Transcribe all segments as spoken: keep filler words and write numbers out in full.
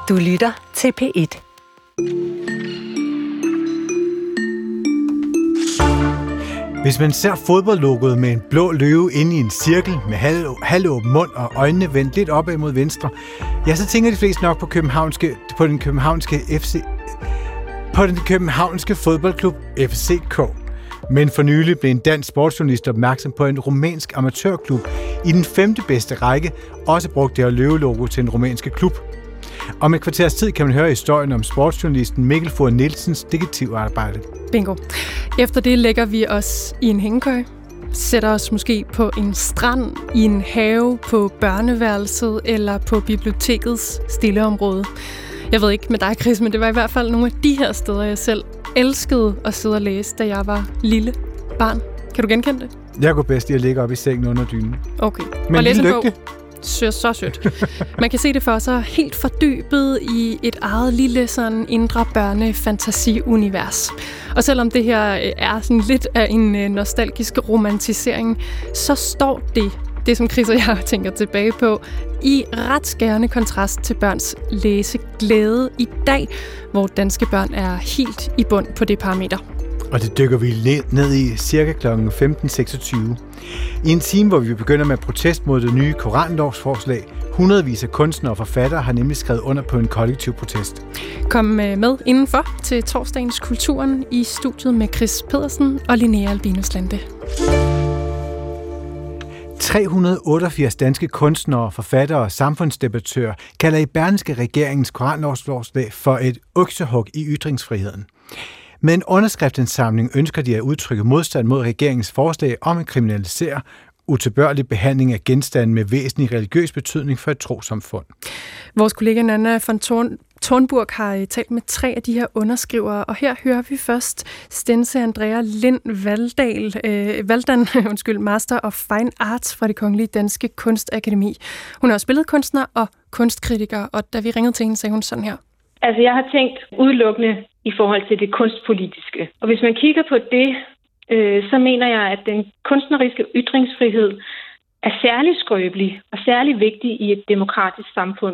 Du lytter til P et. Hvis man ser fodboldlogoet med en blå løve inde i en cirkel med halv, halvåben mund og øjnene vendt lidt opad mod venstre, ja, så tænker de fleste nok på, københavnske, på den københavnske F C, på den københavnske fodboldklub F C K. Men for nylig blev en dansk sportsjournalist opmærksom på en rumænsk amatørklub i den femte bedste række, også brugte det her løvelogo til en rumænske klub. Om et kvarters tid kan man høre historien om sportsjournalisten Mikkel Fur Nielsens detektivarbejde. Bingo. Efter det lægger vi os i en hængekøj, sætter os måske på en strand, i en have, på børneværelset eller på bibliotekets stilleområde. Jeg ved ikke med dig, Chris, men det var i hvert fald nogle af de her steder, jeg selv elskede at sidde og læse, da jeg var lille barn. Kan du genkende det? Jeg går bedst i at ligge op i sengen under dynen. Okay. Men og læse en bog. Så, så sødt. Man kan se det for sig helt fordybet i et eget lille sådan indre børnefantasiunivers. Og selvom det her er sådan lidt af en nostalgisk romantisering, så står det, det som Chris og jeg tænker tilbage på, i ret skærende kontrast til børns læseglæde i dag, hvor danske børn er helt i bund på det parameter. Og det dykker vi ned i cirka klokken femten seksogtyve. I en time, hvor vi begynder med protest mod det nye koranlovsforslag. Hundredvis af kunstnere og forfattere har nemlig skrevet under på en kollektiv protest. Kom med indenfor til torsdagens Kulturen i studiet med Chris Pedersen og Linnea Albinus Lande. tre hundrede og otteogfirs danske kunstnere, forfattere og samfundsdebattører kalder i Berlingske regeringens koranlovsforslag for et øksehug i ytringsfriheden. Med en underskriftsindsamling ønsker de at udtrykke modstand mod regeringens forslag om at kriminalisere utilbørlig behandling af genstande med væsentlig religiøs betydning for et trossamfund. Vores kollega Nanna von Torn, Tornburg har talt med tre af de her underskrivere, og her hører vi først Stense Andrea Lind Valdal, øh, Valdan, undskyld, Master of Fine Arts fra Det Kongelige Danske Kunstakademi. Hun er også billedkunstner og kunstkritiker, og da vi ringede til hende, sagde hun sådan her. Altså, jeg har tænkt udelukkende i forhold til det kunstpolitiske. Og hvis man kigger på det, øh, så mener jeg, at den kunstneriske ytringsfrihed er særlig skrøbelig og særlig vigtig i et demokratisk samfund.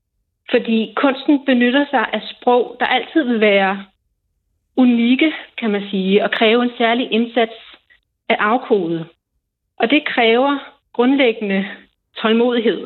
Fordi kunsten benytter sig af sprog, der altid vil være unikke, kan man sige, og kræve en særlig indsats af afkode. Og det kræver grundlæggende tålmodighed.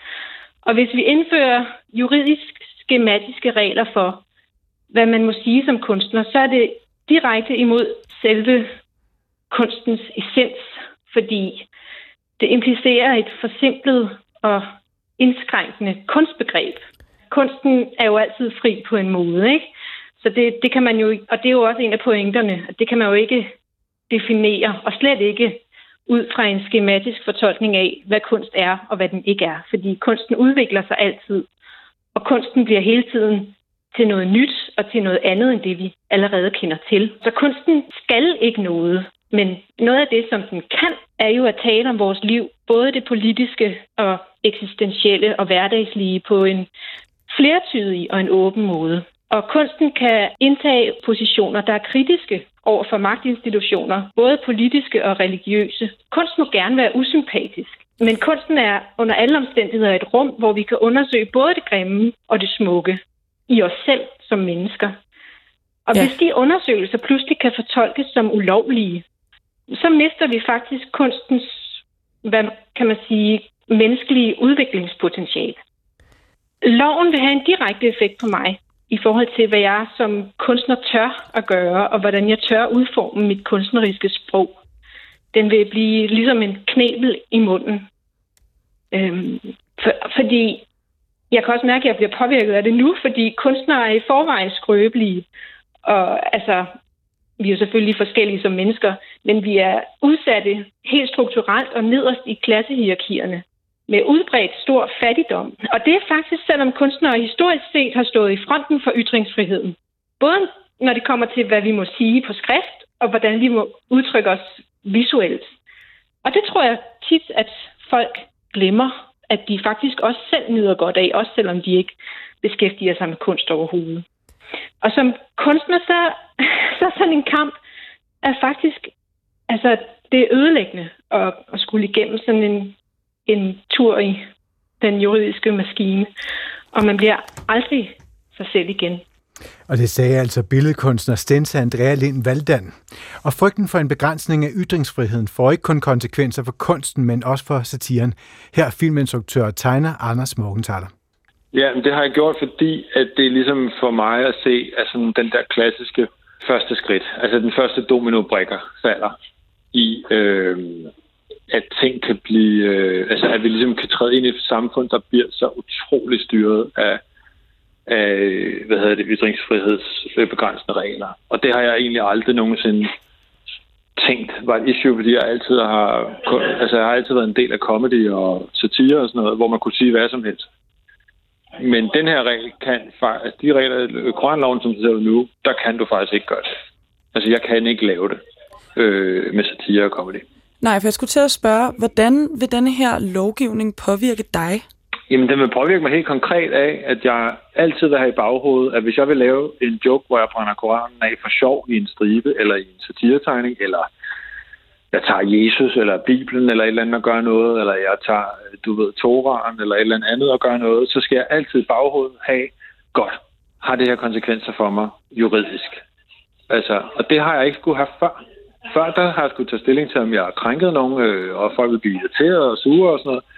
Og hvis vi indfører juridisk skematiske regler for, hvad man må sige som kunstner, så er det direkte imod selve kunstens essens, fordi det implicerer et forsimplet og indskrænkende kunstbegreb. Kunsten er jo altid fri på en måde, ikke? Så det, det kan man jo, og det er jo også en af pointerne, at det kan man jo ikke definere, og slet ikke ud fra en skematisk fortolkning af, hvad kunst er og hvad den ikke er. Fordi kunsten udvikler sig altid, og kunsten bliver hele tiden til noget nyt og til noget andet end det, vi allerede kender til. Så kunsten skal ikke noget, men noget af det, som den kan, er jo at tale om vores liv, både det politiske og eksistentielle og hverdagslige, på en flertydig og en åben måde. Og kunsten kan indtage positioner, der er kritiske over for magtinstitutioner, både politiske og religiøse. Kunst må gerne være usympatisk, men kunsten er under alle omstændigheder et rum, hvor vi kan undersøge både det grimme og det smukke i os selv som mennesker. Og ja. Hvis de undersøgelser pludselig kan fortolkes som ulovlige, så mister vi faktisk kunstens, hvad kan man sige, menneskelige udviklingspotentiale. Loven vil have en direkte effekt på mig i forhold til, hvad jeg som kunstner tør at gøre, og hvordan jeg tør udforme mit kunstneriske sprog. Den vil blive ligesom en knebel i munden. Øhm, for, fordi jeg kan også mærke, at jeg bliver påvirket af det nu, fordi kunstnere er i forvejen skrøbelige. Og altså, vi er jo selvfølgelig forskellige som mennesker, men vi er udsatte helt strukturelt og nederst i klassehierarkierne med udbredt stor fattigdom. Og det er faktisk, selvom kunstnere historisk set har stået i fronten for ytringsfriheden. Både når det kommer til, hvad vi må sige på skrift, og hvordan vi må udtrykke os visuelt. Og det tror jeg tit, at folk glemmer, at de faktisk også selv nyder godt af, også selvom de ikke beskæftiger sig med kunst overhovedet. Og som kunstner, så, så sådan en kamp er faktisk, altså det er ødelæggende at, at skulle igennem sådan en, en tur i den juridiske maskine. og man bliver aldrig sig selv igen. Og det sagde altså billedkunstner Stense Andrea Lind Waldan. Og frygten for en begrænsning af ytringsfriheden får ikke kun konsekvenser for kunsten, men også for satiren. Her er filminstruktør og tegner Anders Morgenthaler. Ja, det har jeg gjort, fordi at det er ligesom for mig at se altså den der klassiske første skridt. Altså den første domino-brikker falder i, øh, at ting kan blive... Øh, altså at vi ligesom kan træde ind i et samfund, der bliver så utroligt styret af af, hvad hedder det, ytringsfrihedsbegrænsende regler. Og det har jeg egentlig aldrig nogensinde tænkt var et issue, fordi jeg altid har, altså jeg har altid været en del af comedy og satire og sådan noget, hvor man kunne sige hvad som helst. Men den her regel kan faktisk, altså de regler, koranloven som det ser ud nu, der kan du faktisk ikke gøre det. Altså jeg kan ikke lave det øh, med satire og comedy. Nej, for jeg skulle til at spørge, hvordan vil denne her lovgivning påvirke dig? Jamen, den vil påvirke mig helt konkret af, at jeg altid vil have i baghovedet, at hvis jeg vil lave en joke, hvor jeg brænder Koranen af for sjov i en stribe, eller i en satiretegning, eller jeg tager Jesus, eller Bibelen, eller et eller andet og gør noget, eller jeg tager, du ved, Toraen, eller et eller andet og gør noget, så skal jeg altid i baghovedet have, godt, har det her konsekvenser for mig juridisk? Altså, og det har jeg ikke skulle have før. Før der har jeg skulle tage stilling til, om jeg har krænket nogen, øh, og folk vil blive irriteret og sure og sådan noget.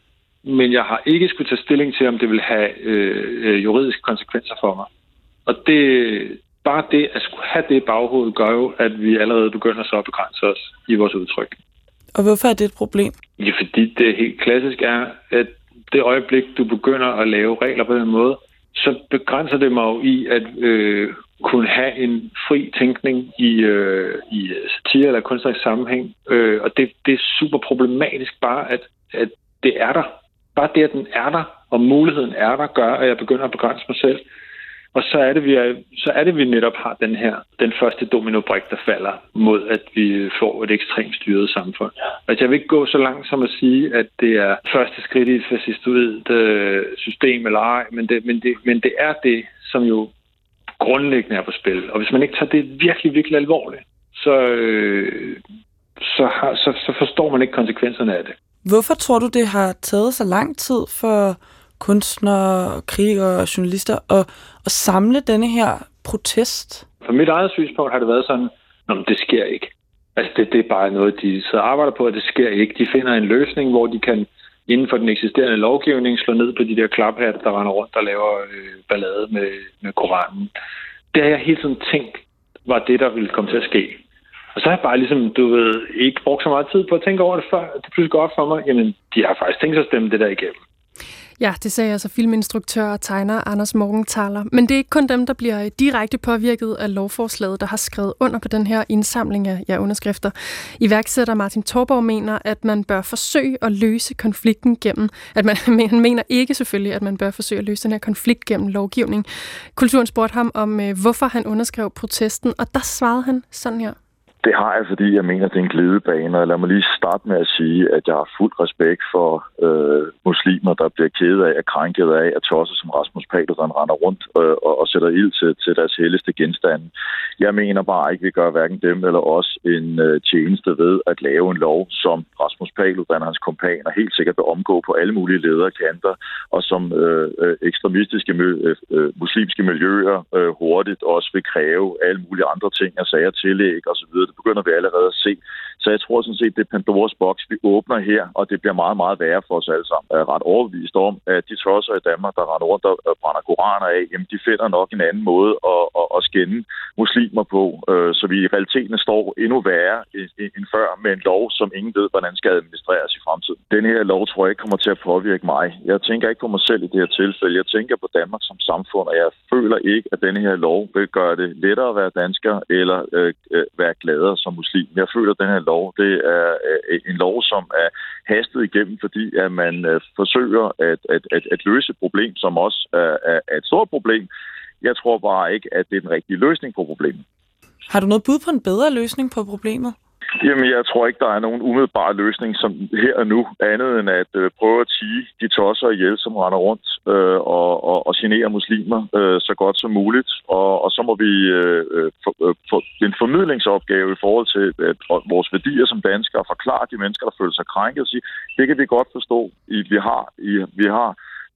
Men jeg har ikke skulle tage stilling til, om det vil have øh, juridiske konsekvenser for mig. Og det, bare det at skulle have det i baghovedet gør jo, at vi allerede begynder så at begrænse os i vores udtryk. Og hvorfor er det et problem? Ja, fordi det helt klassisk er, at det øjeblik, du begynder at lave regler på den måde, så begrænser det mig jo i at øh, kunne have en fri tænkning i, øh, i satire eller kunstnerisk sammenhæng. Øh, og det, det er super problematisk bare, at, at det er der. Bare det, at den er der, og muligheden er der, gør, at jeg begynder at begrænse mig selv. Og så er det, vi, er, så er det, vi netop har den her, den første dominobrik, der falder mod, at vi får et ekstremt styret samfund. Altså, jeg vil ikke gå så langt som at sige, at det er første skridt i et fascistoidt øh, system eller ej, men det, men, det, men det er det, som jo grundlæggende er på spil. Og hvis man ikke tager det virkelig, virkelig alvorligt, så, øh, så, har, så, så forstår man ikke konsekvenserne af det. Hvorfor tror du, det har taget så lang tid for kunstnere, kritikere og journalister at, at samle denne her protest? For mit eget synspunkt har det været sådan, at det sker ikke. Altså det, det er bare noget, de sidder og arbejder på, at det sker ikke. De finder en løsning, hvor de kan inden for den eksisterende lovgivning slå ned på de der klaphatte, der render rundt og laver øh, ballade med, med Koranen. Det har jeg hele tiden tænkt, var det, der ville komme til at ske. Og så har jeg bare ligesom, du ved, ikke brugt så meget tid på at tænke over det, før det pludselig går op for mig. Jamen, de har faktisk tænkt sig at stemme det der igennem. Ja, det sagde altså filminstruktør og tegner Anders Morgenthaler. Men det er ikke kun dem, der bliver direkte påvirket af lovforslaget, der har skrevet under på den her indsamling af ja, underskrifter. Iværksætter Martin Thorborg mener, at man bør forsøge at løse konflikten gennem, at man, han mener ikke selvfølgelig, at man bør forsøge at løse den her konflikt gennem lovgivning. Kulturen spurgte ham om, hvorfor han underskrev protesten, og der svarede han sådan her. Det har jeg, fordi jeg mener, det er en glidebane, og lad mig lige starte med at sige, at jeg har fuld respekt for øh, muslimer, der bliver kede af og krænket af, at tosser som Rasmus Paludan render rundt øh, og, og sætter ild til, til deres helligste genstande. Jeg mener bare ikke, vi gør hverken dem eller os en øh, tjeneste ved at lave en lov, som Rasmus Paludan og hans kompaner helt sikkert vil omgå på alle mulige lederkanter, og som øh, øh, ekstremistiske øh, øh, muslimske miljøer øh, hurtigt også vil kræve alle mulige andre ting og sager tillæg osv. Det begynder vi allerede at se. Så jeg tror sådan set, det er Pandoras boks, vi åbner her, og det bliver meget, meget værre for os alle sammen. Jeg er ret overbevist om, at de tosser i Danmark, der render rundt og brænder koraner af, jamen de finder nok en anden måde at, at, at skænde muslimer på, så vi i realiteten står endnu værre end før med en lov, som ingen ved, hvordan skal administreres i fremtiden. Den her lov tror jeg ikke kommer til at påvirke mig. Jeg tænker ikke på mig selv i det her tilfælde. Jeg tænker på Danmark som samfund, og jeg føler ikke, at denne her lov vil gøre det lettere at være dansker eller øh, være gladere som muslim. Jeg føler, at den her lov, det er en lov, som er hastet igennem, fordi at man forsøger at, at, at, at løse et problem, som også er, er et stort problem. Jeg tror bare ikke, at det er den rigtige løsning på problemet. Har du noget bud på en bedre løsning på problemet? Jamen, jeg tror ikke, der er nogen umiddelbar løsning som her og nu, andet end at øh, prøve at tige de tosser ihjel, som render rundt øh, og, og, og generer muslimer øh, så godt som muligt. Og, og så må vi øh, få for, en formidlingsopgave i forhold til at vores værdier som danskere, forklare de mennesker, der føler sig krænket, og sige, det kan vi godt forstå, I, vi har, I, vi har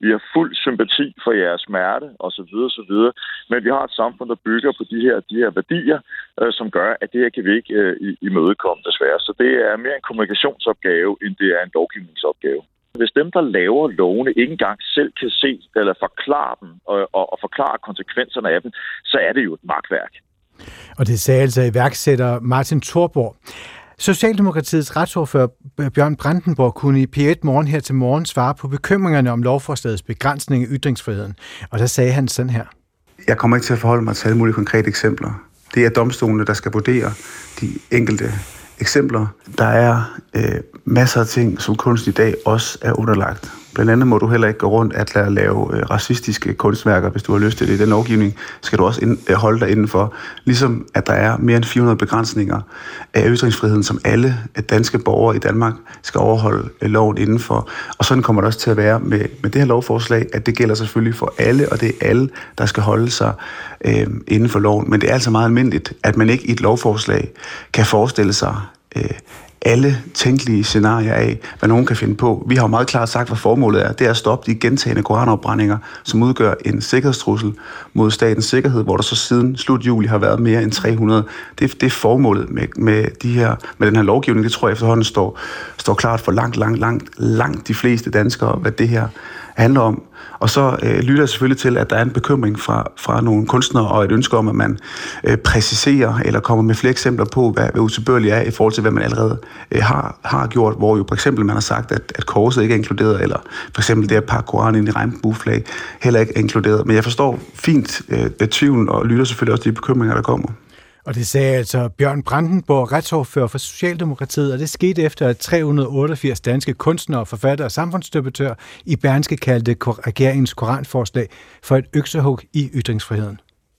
Vi har fuld sympati for jeres smerte, osv. osv. Men vi har et samfund, der bygger på de her, de her værdier, øh, som gør, at det her kan vi ikke øh, imødekomme, desværre. Så det er mere en kommunikationsopgave, end det er en lovgivningsopgave. Hvis dem, der laver lovene, ikke engang selv kan se eller forklare dem og, og, og forklare konsekvenserne af dem, så er det jo et magtværk. Og det sagde altså iværksætter Martin Thorborg. Socialdemokratiets retsordfører Bjørn Brandenborg kunne i P et Morgen her til morgen svare på bekymringerne om lovforslagets begrænsning af ytringsfriheden. Og der sagde han sådan her. Jeg kommer ikke til at forholde mig til alle mulige konkrete eksempler. Det er domstolene, der skal vurdere de enkelte eksempler. Der er øh, masser af ting, som kunst i dag også er underlagt. Blandt andet må du heller ikke gå rundt at lade lave øh, racistiske kunstværker, hvis du har lyst til det. I den lovgivning skal du også ind, øh, holde dig indenfor. Ligesom at der er mere end fire hundrede begrænsninger af ytringsfriheden, som alle danske borgere i Danmark skal overholde øh, loven indenfor. Og sådan kommer det også til at være med, med det her lovforslag, at det gælder selvfølgelig for alle, og det er alle, der skal holde sig øh, inden for loven. Men det er altså meget almindeligt, at man ikke i et lovforslag kan forestille sig øh, alle tænkelige scenarier af, hvad nogen kan finde på. Vi har jo meget klart sagt, hvad formålet er. Det er at stoppe de gentagne koranafbrændinger, som udgør en sikkerhedstrussel mod statens sikkerhed, hvor der så siden slut juli har været mere end tre hundrede. Det, det er formålet med, med, de her, med den her lovgivning. Det tror jeg efterhånden står, står klart for langt, langt, langt, langt de fleste danskere, hvad det her handler om. Og så øh, lytter jeg selvfølgelig til, at der er en bekymring fra, fra nogle kunstnere og et ønske om, at man øh, præciserer eller kommer med flere eksempler på, hvad, hvad utilbørligt er i forhold til, hvad man allerede øh, har, har gjort, hvor jo for eksempel man har sagt, at, at korset ikke er inkluderet, eller for eksempel det at pakke Koranen ind i regnbueflag heller ikke er inkluderet. Men jeg forstår fint øh, tvivlen og lytter selvfølgelig også de bekymringer, der kommer. Og det sagde altså Bjørn Brandenborg, retsordfører for Socialdemokratiet, og det skete efter, at tre hundrede otteogfirs danske kunstnere, forfattere og samfundsdebattører i Berlingske kaldte regeringens koranforslag for et øksehug i ytringsfriheden.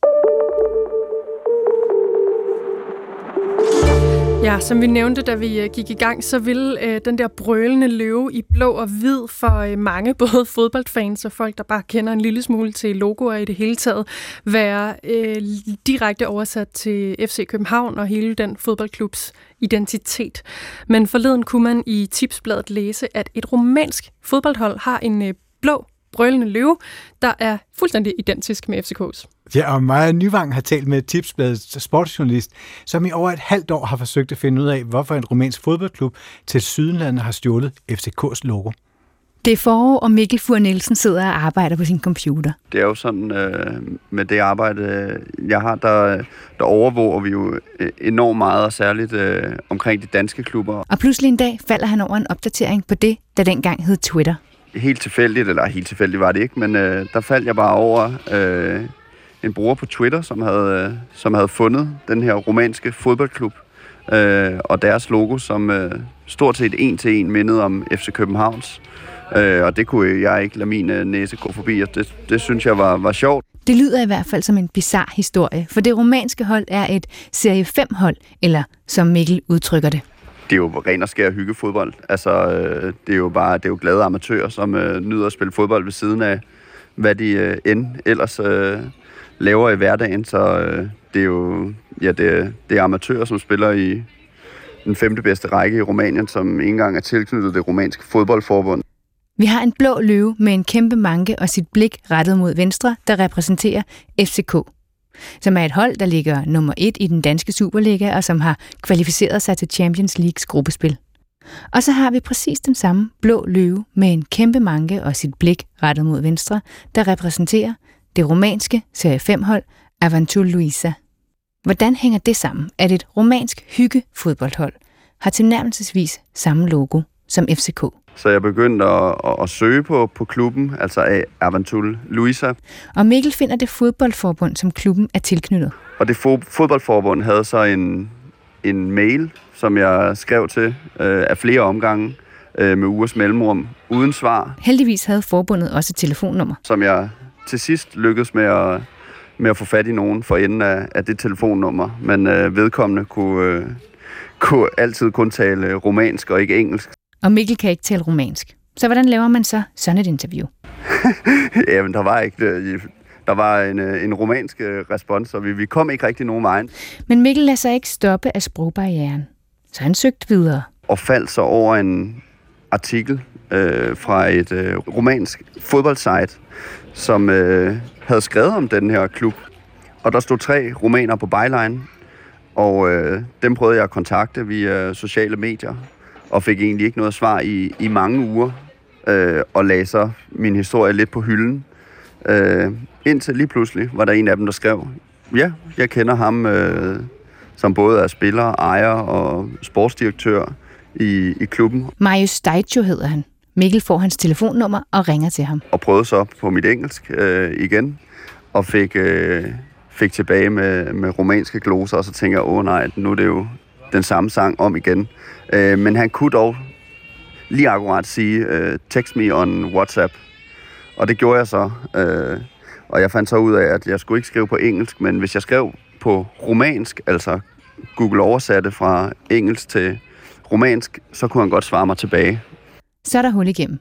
Ja, som vi nævnte, da vi gik i gang, så vil øh, den der brølende løve i blå og hvid for øh, mange, både fodboldfans og folk, der bare kender en lille smule til logoer i det hele taget, være øh, direkte oversat til F C København og hele den fodboldklubs identitet. Men forleden kunne man i Tipsbladet læse, at et rumænsk fodboldhold har en øh, blå brølende løve, der er fuldstændig identisk med F C K's. Ja, og Maja Nyvang har talt med Tipsbladets sportsjournalist, som i over et halvt år har forsøgt at finde ud af, hvorfor en rumænsk fodboldklub til Sydenlandet har stjålet F C K's logo. Det er forår, og Mikkel Fur Nielsen sidder og arbejder på sin computer. Det er jo sådan, øh, med det arbejde, jeg har, der, der overvåger vi jo enormt meget, og særligt øh, omkring de danske klubber. Og pludselig en dag falder han over en opdatering på det, der dengang hed Twitter. Helt tilfældigt, eller helt tilfældigt var det ikke, men øh, der faldt jeg bare over øh, en bruger på Twitter, som havde, øh, som havde fundet den her rumænske fodboldklub øh, og deres logo, som øh, stort set en til en mindede om F C Københavns. Øh, og det kunne jeg ikke lade min øh, næse gå forbi, og det, det synes jeg var, var sjovt. Det lyder i hvert fald som en bizarre historie, for det rumænske hold er et serie fem hold, eller som Mikkel udtrykker det. Det er jo ren og skær hyggefodbold. Altså, øh, det er jo bare det er jo glade amatører, som øh, nyder at spille fodbold ved siden af, hvad de øh, end ellers øh, laver i hverdagen. Så øh, det er jo ja, det, det er amatører, som spiller i den femte bedste række i Rumænien, som ikke engang er tilknyttet det rumænske fodboldforbund. Vi har en blå løve med en kæmpe manke og sit blik rettet mod venstre, der repræsenterer F C K, som er et hold, der ligger nummer et i den danske Superliga, og som har kvalificeret sig til Champions Leagues gruppespil. Og så har vi præcis den samme blå løve med en kæmpe manke og sit blik rettet mod venstre, der repræsenterer det rumænske serie fem hold Avantul Luisa. Hvordan hænger det sammen, at et rumænsk hyggefodboldhold har tilnærmelsesvis samme logo som F C K? Så jeg begyndte at, at, at søge på, på klubben, altså Avantul Luisa. Og Mikkel finder det fodboldforbund, som klubben er tilknyttet. Og det fodboldforbund havde så en, en mail, som jeg skrev til øh, af flere omgange øh, med ugers mellemrum, uden svar. Heldigvis havde forbundet også et telefonnummer, som jeg til sidst lykkedes med at, med at få fat i nogen for enden af, af det telefonnummer. Men øh, vedkommende kunne, øh, kunne altid kun tale rumænsk og ikke engelsk. Og Mikkel kan ikke tale rumænsk. Så hvordan laver man så sådan et interview? Jamen, der var ikke... Der var en, en rumænsk respons, og vi, vi kom ikke rigtig nogen vejen. Men Mikkel lader sig ikke stoppe af sprogbarrieren, så han søgte videre. Og faldt så over en artikel øh, fra et øh, romansk fodboldsite, som øh, havde skrevet om den her klub. Og der stod tre romaner på byline, og øh, dem prøvede jeg at kontakte via sociale medier, og fik egentlig ikke noget svar i, i mange uger, øh, og lagde så min historie lidt på hylden. Øh, indtil lige pludselig var der en af dem, der skrev, ja, jeg kender ham, øh, som både er spiller, ejer og sportsdirektør i, i klubben. Marius Steicho hedder han. Mikkel får hans telefonnummer og ringer til ham. Og prøvede så på mit engelsk øh, igen, og fik, øh, fik tilbage med, med romanske gloser, og så tænker jeg, åh nej, nu er det jo den samme sang om igen. Øh, men han kunne dog lige akkurat sige, øh, text me on WhatsApp. Og det gjorde jeg så. Øh, og jeg fandt så ud af, at jeg skulle ikke skrive på engelsk, men hvis jeg skrev på romansk, altså Google oversatte fra engelsk til romansk, så kunne han godt svare mig tilbage. Så er der hul igennem.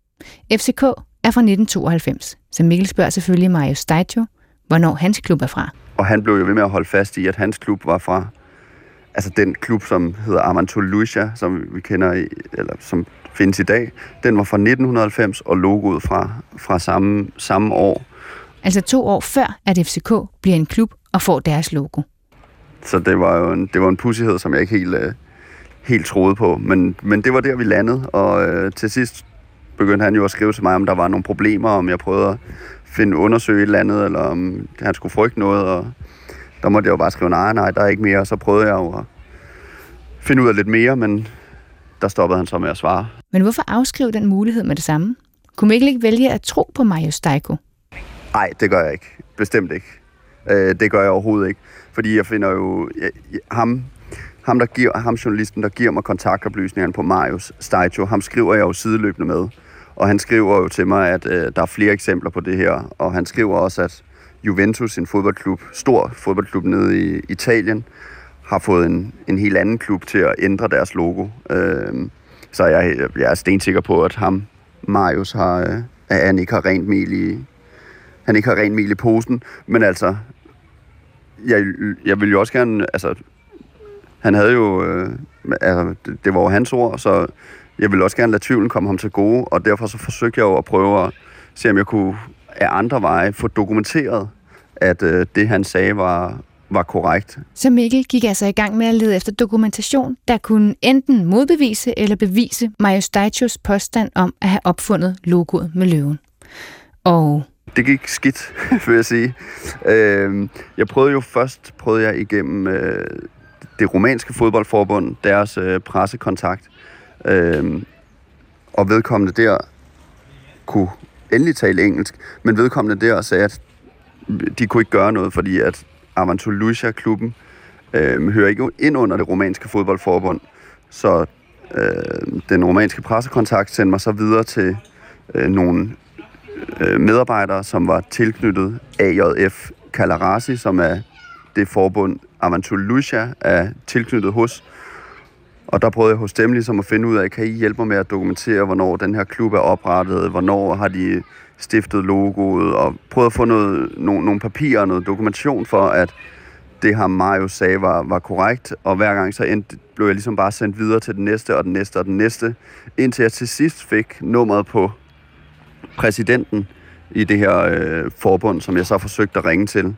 F C K er fra nitten tooghalvfems, så Mikkel spørger selvfølgelig Marius Steicho, hvornår hans klub er fra. Og han blev jo ved med at holde fast i, at hans klub var fra altså den klub, som hedder Armantoluja, som vi kender i, eller som findes i dag. Den var fra nitten halvfems, og logoet fra, fra samme, samme år. Altså to år før, at F C K bliver en klub og får deres logo. Så det var jo en, det var en pudsighed, som jeg ikke helt, øh, helt troede på. Men, men det var der, vi landede, og øh, til sidst begyndte han jo at skrive til mig, om der var nogle problemer, om jeg prøvede at finde undersøge et eller andet, eller om han skulle frygte noget, og der måtte jeg jo bare skrive, nej, nej, der er ikke mere, og så prøvede jeg jo at finde ud af lidt mere, men der stoppede han så med at svare. Men hvorfor afskrive den mulighed med det samme? Kunne Mikkel ikke vælge at tro på Marius Steicho? Nej, det gør jeg ikke. Bestemt ikke. Øh, det gør jeg overhovedet ikke. Fordi jeg finder jo jeg, ham, ham, der giver, ham journalisten, der giver mig kontaktoplysningerne på Marius Steicho, ham skriver jeg jo sideløbende med. Og han skriver jo til mig, at øh, der er flere eksempler på det her. Og han skriver også, at Juventus, en fodboldklub, stor fodboldklub nede i Italien, har fået en, en helt anden klub til at ændre deres logo. Øh, så jeg, jeg er stensikker på, at ham, Marius, har, øh, at han ikke har rent mel i, han ikke har rent mel i posen. Men altså, jeg, jeg vil jo også gerne, altså, han havde jo, øh, altså, det, det var jo hans ord, så jeg ville også gerne lade tvivlen komme ham til gode, og derfor så forsøgte jeg jo at prøve at se, om jeg kunne af andre veje få dokumenteret, at øh, det han sagde var, var korrekt. Så Mikkel gik altså i gang med at lede efter dokumentation, der kunne enten modbevise eller bevise Marius Steichos påstand om at have opfundet logoet med løven. Og det gik skidt, vil jeg sige. Øh, jeg prøvede jo først, prøvede jeg igennem øh, det romanske fodboldforbund, deres øh, pressekontakt, øh, og vedkommende der kunne endelig tale engelsk, men vedkommende der sagde, at de kunne ikke gøre noget, fordi at Armantoluja-klubben øh, hører ikke ind under det romanske fodboldforbund, så øh, den romanske pressekontakt sendte mig så videre til øh, nogle medarbejdere, som var tilknyttet A J F Calarasi, som er det forbund, Armantoluja er tilknyttet hos. Og der prøvede jeg hos dem ligesom at finde ud af, kan I hjælpe mig med at dokumentere, hvornår den her klub er oprettet, hvornår har de stiftet logoet, og prøvede at få noget, nogle, nogle papirer og noget dokumentation for, at det ham Marius sagde var, var korrekt. Og hver gang så endte, blev jeg ligesom bare sendt videre til den næste, og den næste, og den næste, indtil jeg til sidst fik nummeret på præsidenten i det her øh, forbund, som jeg så forsøgte at ringe til.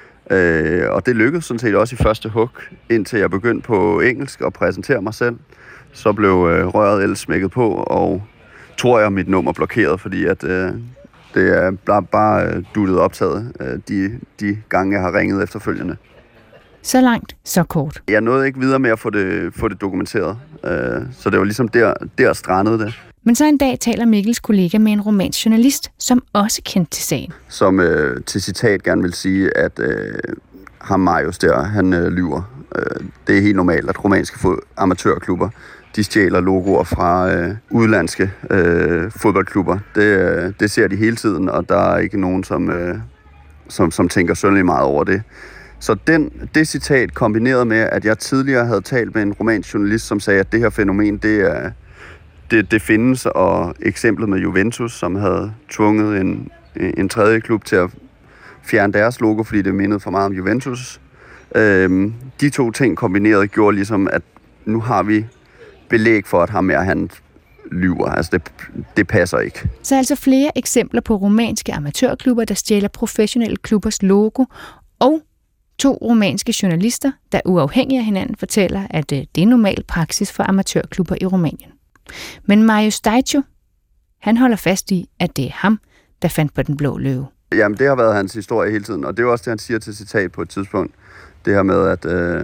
Øh, og det lykkedes sådan set også i første hug, indtil jeg begyndte på engelsk at præsentere mig selv. Så blev øh, røret ellers smækket på, og tror jeg mit nummer blokeret, fordi at, øh, det er bare, bare øh, duttet optaget øh, de, de gange, jeg har ringet efterfølgende. Så langt, så kort. Jeg nåede ikke videre med at få det, få det dokumenteret, øh, så det var ligesom der, der strandede det. Men så en dag taler Mikkels kollega med en romansk journalist, som også kendte til sagen. Som øh, til citat gerne vil sige, at øh, ham Marius der, han øh, lyver. Øh, det er helt normalt, at romanske fod- amatørklubber, de stjæler logoer fra øh, udlandske øh, fodboldklubber. Det, øh, det ser de hele tiden, og der er ikke nogen, som, øh, som, som tænker sønderlig meget over det. Så den, det citat kombineret med, at jeg tidligere havde talt med en romansk journalist, som sagde, at det her fænomen, det er... Det, det findes, og eksemplet med Juventus, som havde tvunget en, en tredje klub til at fjerne deres logo, fordi det mindede for meget om Juventus. Øhm, de to ting kombineret gjorde ligesom, at nu har vi belæg for, at ham er, han, lyver. Altså, det, det passer ikke. Så altså flere eksempler på rumænske amatørklubber, der stjæler professionelle klubbers logo, og to rumænske journalister, der uafhængigt af hinanden fortæller, at det er normal praksis for amatørklubber i Rumænien. Men Mario Staicio, han holder fast i, at det er ham, der fandt på den blå løve. Jamen, det har været hans historie hele tiden, og det er også det, han siger til citat på et tidspunkt. Det her med, at, øh,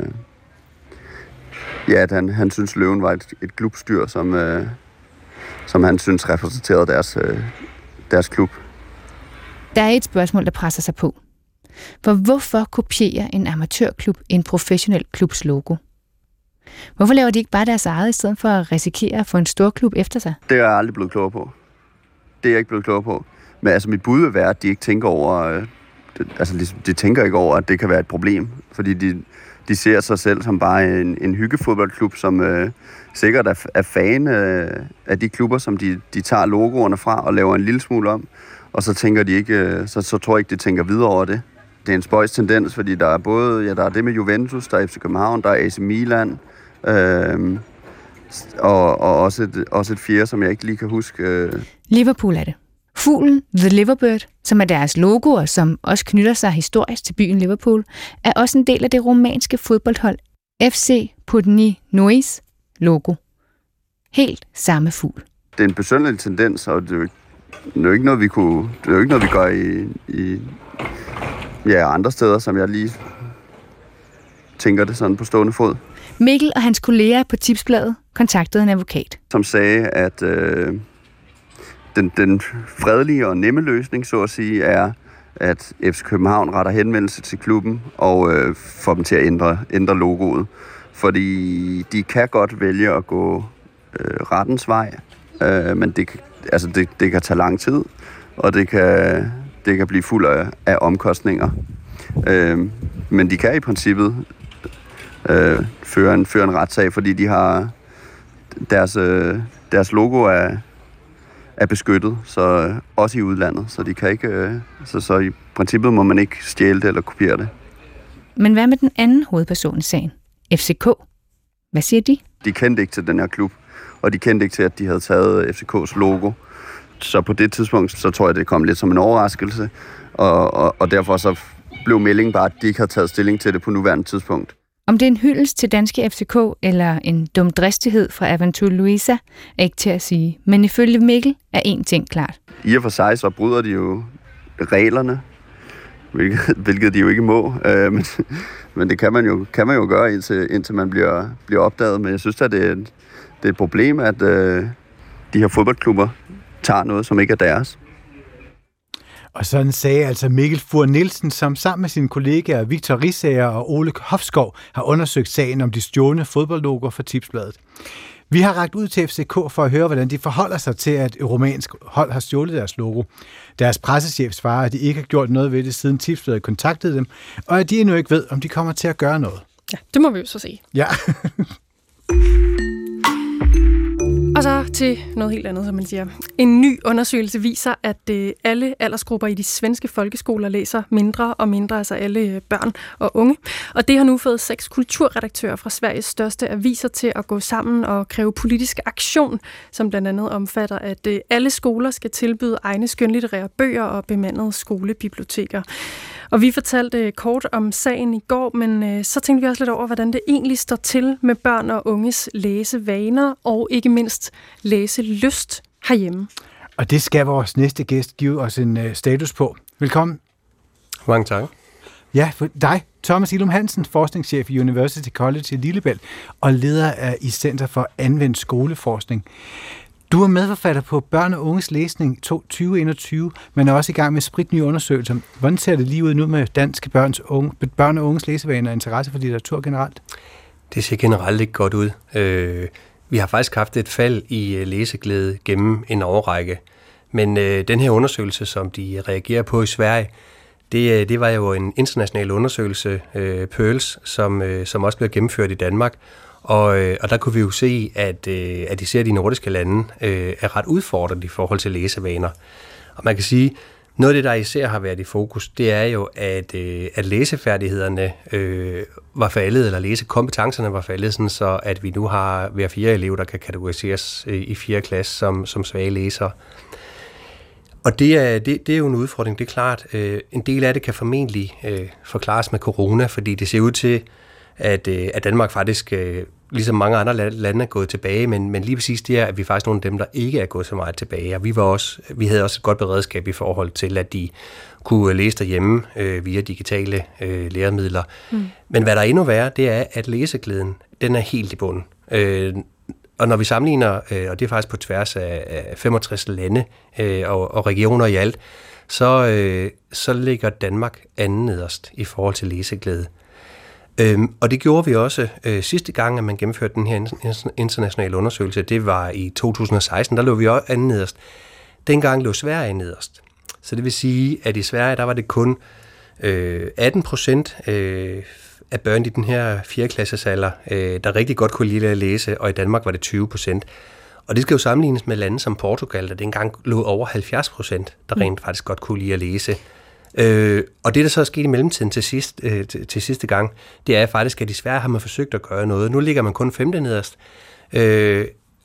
ja, at han, han synes, løven var et, et klubstyr, som, øh, som han synes repræsenterede deres, øh, deres klub. Der er et spørgsmål, der presser sig på. For hvorfor kopierer en amatørklub en professionel klubs logo? Hvorfor laver de ikke bare deres eget, i stedet for at risikere at få en stor klub efter sig? Det er jeg aldrig blevet klogere på. Det er jeg ikke blevet klogere på. Men altså, mit bud vil være, at de ikke tænker over, øh, det, altså, de, de tænker ikke over, at det kan være et problem. Fordi de, de ser sig selv som bare en, en hyggefodboldklub, som øh, sikkert er, er fan øh, af de klubber, som de, de tager logoerne fra og laver en lille smule om. Og så tænker de ikke, øh, så, så tror jeg ikke, de tænker videre over det. Det er en spøjs tendens, fordi der er både, ja, der er det med Juventus, der er F C København, der er A C Milan, øh, og, og også, et, også et fjerde, som jeg ikke lige kan huske. Øh. Liverpool er det. Fuglen, The Liverbird, som er deres logo, og som også knytter sig historisk til byen Liverpool, er også en del af det rumænske fodboldhold F C Putni-Nois logo. Helt samme fugl. Det er en besynderlig tendens, og det er jo ikke, det er jo ikke noget, vi kunne, det er jo ikke noget, vi gør i, i ja, andre steder, som jeg lige tænker det sådan på stående fod. Mikkel og hans kolleger på Tipsbladet kontaktede en advokat, som sagde, at øh, den, den fredelige og nemme løsning, så at sige, er, at F C København retter henvendelse til klubben og øh, får dem til at ændre, ændre logoet. Fordi de kan godt vælge at gå øh, rettens vej, øh, men det, altså det, det kan tage lang tid, og det kan, det kan blive fuld af, af omkostninger. Øh, men de kan i princippet øh, føre, en, føre en retssag, fordi de har deres, øh, deres logo er, er beskyttet, så også i udlandet, så de kan ikke, øh, så, så i princippet må man ikke stjæle det eller kopiere det. Men hvad med den anden hovedperson i sagen? F C K. Hvad siger de? De kendte ikke til den her klub, og de kendte ikke til, at de havde taget F C K's logo. Så på det tidspunkt, så tror jeg, det kom lidt som en overraskelse, og, og, og derfor så blev meldingen bare, at de ikke havde taget stilling til det på nuværende tidspunkt. Om det er en hyldest til danske F C K eller en dum dristighed fra Aventura Louisa, er ikke til at sige. Men ifølge Mikkel er én ting klart. I og for sig så bryder de jo reglerne, hvilket, hvilket de jo ikke må. Øh, men, men det kan man jo, kan man jo gøre, indtil, indtil man bliver, bliver opdaget. Men jeg synes at det er, det er et problem, at øh, de her fodboldklubber tager noget, som ikke er deres. Og sådan sagde altså Mikkel Fur Nielsen, som sammen med sine kollegaer Victor Risager og Ole Hofskov har undersøgt sagen om de stjålne fodboldlogoer for Tipsbladet. Vi har rakt ud til F C K for at høre, hvordan de forholder sig til, at et rumænsk hold har stjålet deres logo. Deres pressechef svarer, at de ikke har gjort noget ved det, siden Tipsbladet kontaktede dem, og at de endnu ikke ved, om de kommer til at gøre noget. Ja, det må vi jo så se. Ja. Og så til noget helt andet, som man siger. En ny undersøgelse viser, at alle aldersgrupper i de svenske folkeskoler læser mindre og mindre, altså alle børn og unge. Og det har nu fået seks kulturredaktører fra Sveriges største aviser til at gå sammen og kræve politisk aktion, som blandt andet omfatter, at alle skoler skal tilbyde egne skønlitterære bøger og bemandede skolebiblioteker. Og vi fortalte kort om sagen i går, men øh, så tænkte vi også lidt over, hvordan det egentlig står til med børn og unges læsevaner, og ikke mindst læselyst herhjemme. Og det skal vores næste gæst give os en øh, status på. Velkommen. Mange tak. Ja, for dig, Thomas Ilum Hansen, forskningschef i University College i Lillebælt, og leder af i Center for Anvendt Skoleforskning. Du er medforfatter på Børn og Unges Læsning tyve enogtyve, men er også i gang med spritnye undersøgelser. Hvordan ser det lige ud nu med danske børns unge, børn og unges læsevaner og interesse for litteratur generelt? Det ser generelt ikke godt ud. Øh, vi har faktisk haft et fald i læseglæde gennem en årrække. Men øh, den her undersøgelse, som de reagerer på i Sverige, det, det var jo en international undersøgelse, øh, Pearls, som, øh, som også blev gennemført i Danmark. Og, øh, og der kunne vi jo se, at, øh, at især de nordiske lande øh, er ret udfordret i forhold til læsevaner. Og man kan sige, Noget af det, der især har været i fokus, det er jo, at, øh, at læsefærdighederne øh, var faldet, eller læsekompetencerne var faldet, sådan så at vi nu har hver fire elever, der kan kategoriseres øh, i fjerde klasse som, som svage læsere. Og det er, det, det er jo en udfordring, det er klart. Øh, en del af det kan formentlig øh, forklares med corona, fordi det ser ud til, at, øh, at Danmark faktisk, øh, ligesom mange andre lande, er gået tilbage, men, men lige præcis det er, at vi er faktisk nogle af dem, der ikke er gået så meget tilbage. Og vi, var også, vi havde også et godt beredskab i forhold til, at de kunne læse derhjemme øh, via digitale øh, læremidler. Mm. Men hvad der er endnu værre, det er, at læseglæden, den er helt i bunden. Øh, Og når vi sammenligner, øh, og det er faktisk på tværs af, af femogtres lande øh, og, og regioner i alt, så, øh, så ligger Danmark anden nederst i forhold til læseglæde. Øhm, og det gjorde vi også øh, sidste gang, at man gennemførte den her internationale undersøgelse. Det var i to tusind og seksten, der lå vi også anden nederst. Dengang lå Sverige nederst. Så det vil sige, at i Sverige, der var det kun øh, atten procent øh, af børn i den her fjerde klassesalder, øh, der rigtig godt kunne lide at læse, og i Danmark var det tyve procent. Og det skal jo sammenlignes med lande som Portugal, der dengang lå over halvfjerds procent, der rent faktisk godt kunne lide at læse. Øh, og det, der så er sket i mellemtiden til, sidst, øh, til, til sidste gang, det er faktisk, at i Sverige har man forsøgt at gøre noget. Nu ligger man kun femte nederst, øh,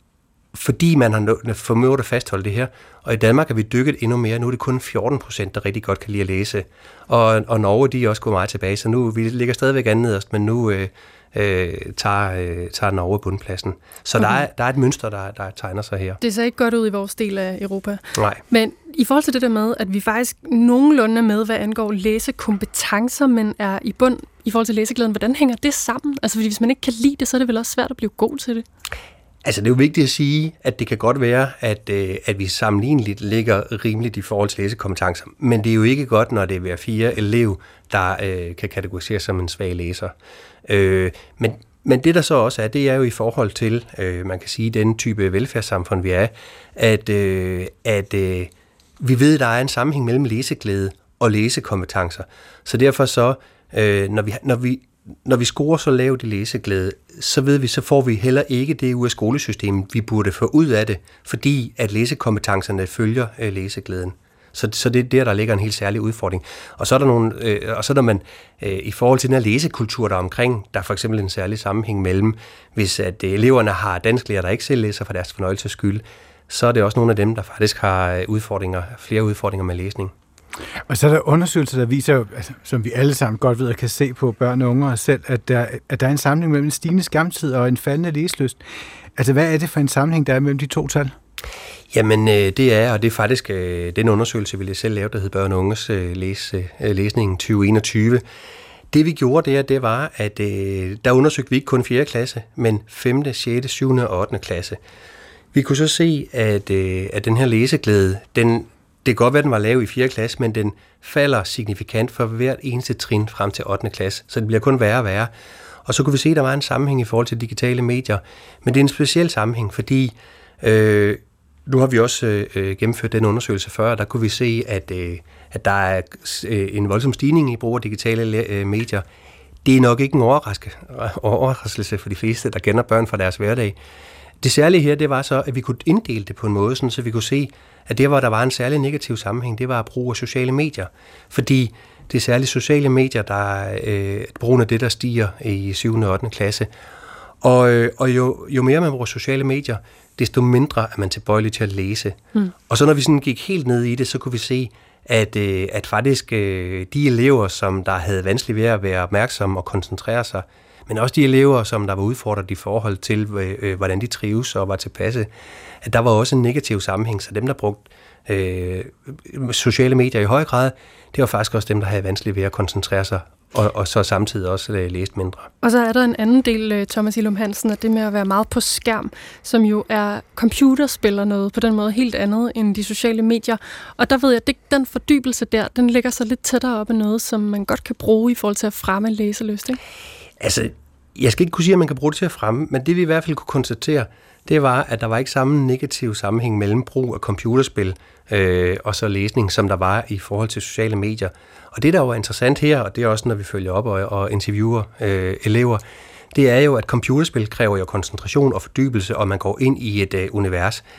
fordi man har formået at fastholde det her. Og i Danmark er vi dykket endnu mere. Nu er det kun fjorten procent, der rigtig godt kan lide at læse. Og, og Norge, de er også gået meget tilbage, så nu vi ligger stadigvæk anden nederst, men nu øh, øh, tager, øh, tager Norge bundpladsen. Så okay. der, er, der er et mønster, der, der tegner sig her. Det ser ikke godt ud i vores del af Europa. Nej. Men i forhold til det der med, at vi faktisk nogenlunde er med, hvad angår læsekompetencer, men er i bund i forhold til læseglæden, hvordan hænger det sammen? Altså, fordi hvis man ikke kan lide det, så er det vel også svært at blive god til det? Altså, det er jo vigtigt at sige, at det kan godt være, at, øh, at vi sammenligneligt ligger rimeligt i forhold til læsekompetencer, men det er jo ikke godt, når det er hver fire elev, der øh, kan kategoriseres som en svag læser. Øh, men, men det, der så også er, det er jo i forhold til, øh, man kan sige, den type velfærdssamfund, vi er, at, øh, at øh, vi ved, at der er en sammenhæng mellem læseglæde og læsekompetencer. Så derfor så, øh, når vi... Når vi Når vi scorer så lavt i læseglæde, så ved vi, så får vi heller ikke det ud af skolesystemet, vi burde få ud af det, fordi at læsekompetencerne følger øh, læseglæden. Så, så det er der, der ligger en helt særlig udfordring. Og så er der nogle, øh, og så når man øh, i forhold til den her læsekultur, der er omkring, der er for eksempel en særlig sammenhæng mellem, hvis at øh, eleverne har dansklærer, der ikke selv læser for deres fornøjelses skyld, så er det også nogle af dem, der faktisk har udfordringer, flere udfordringer med læsning. Og så er der undersøgelser, der viser, altså, som vi alle sammen godt ved og kan se på børn og unge og selv, at der, at der er en sammenhæng mellem en stigende skærmtid og en faldende læselyst. Altså, hvad er det for en sammenhæng, der er mellem de to tal? Jamen, øh, det er, og det er faktisk øh, den undersøgelse, vi selv lavede, der hed Børn og Unges øh, læs, øh, læsning tyve enogtyve. Det vi gjorde der, det var, at øh, der undersøgte vi ikke kun fjerde klasse, men femte, sjette, syvende og ottende klasse. Vi kunne så se, at, øh, at den her læseglæde, den det kan godt være, at den var lav i fjerde klasse, men den falder signifikant for hvert eneste trin frem til ottende klasse, så det bliver kun værre og værre. Og så kunne vi se, at der var en sammenhæng i forhold til digitale medier, men det er en speciel sammenhæng, fordi øh, nu har vi også øh, gennemført den undersøgelse før, og der kunne vi se, at, øh, at der er øh, en voldsom stigning i brug af digitale øh, medier. Det er nok ikke en overraskelse for de fleste, der kender børn fra deres hverdag. Det særlige her, det var så, at vi kunne inddele det på en måde, sådan, så vi kunne se, at det, hvor der var en særlig negativ sammenhæng, det var at bruge sociale medier. Fordi det er særligt sociale medier, der er øh, brugen af det, der stiger i syvende og ottende klasse. Og, øh, og jo, jo mere man bruger sociale medier, desto mindre er man tilbøjelig til at læse. Mm. Og så når vi sådan gik helt ned i det, så kunne vi se, at, øh, at faktisk øh, de elever, som der havde vanskeligt ved at være opmærksomme og koncentrere sig, men også de elever, som der var udfordret i forhold til, øh, hvordan de trives og var tilpasse, at der var også en negativ sammenhæng. Så dem, der brugte øh, sociale medier i høj grad, det var faktisk også dem, der havde vanskeligt ved at koncentrere sig, og, og så samtidig også øh, læst mindre. Og så er der en anden del, Thomas Illum Hansen, at det med at være meget på skærm, som jo er computerspil og noget på den måde helt andet end de sociale medier. Og der ved jeg, at den fordybelse der, den ligger så lidt tættere op af noget, som man godt kan bruge i forhold til at fremme læselyst, ikke? Altså, jeg skal ikke kunne sige, at man kan bruge det til at fremme, men det vi i hvert fald kunne konstatere, det var, at der var ikke samme negativ sammenhæng mellem brug af computerspil øh, og så læsning, som der var i forhold til sociale medier. Og det, der var interessant her, og det er også, når vi følger op og, og interviewer øh, elever, det er jo, at computerspil kræver jo koncentration og fordybelse, og man går ind i et øh, univers.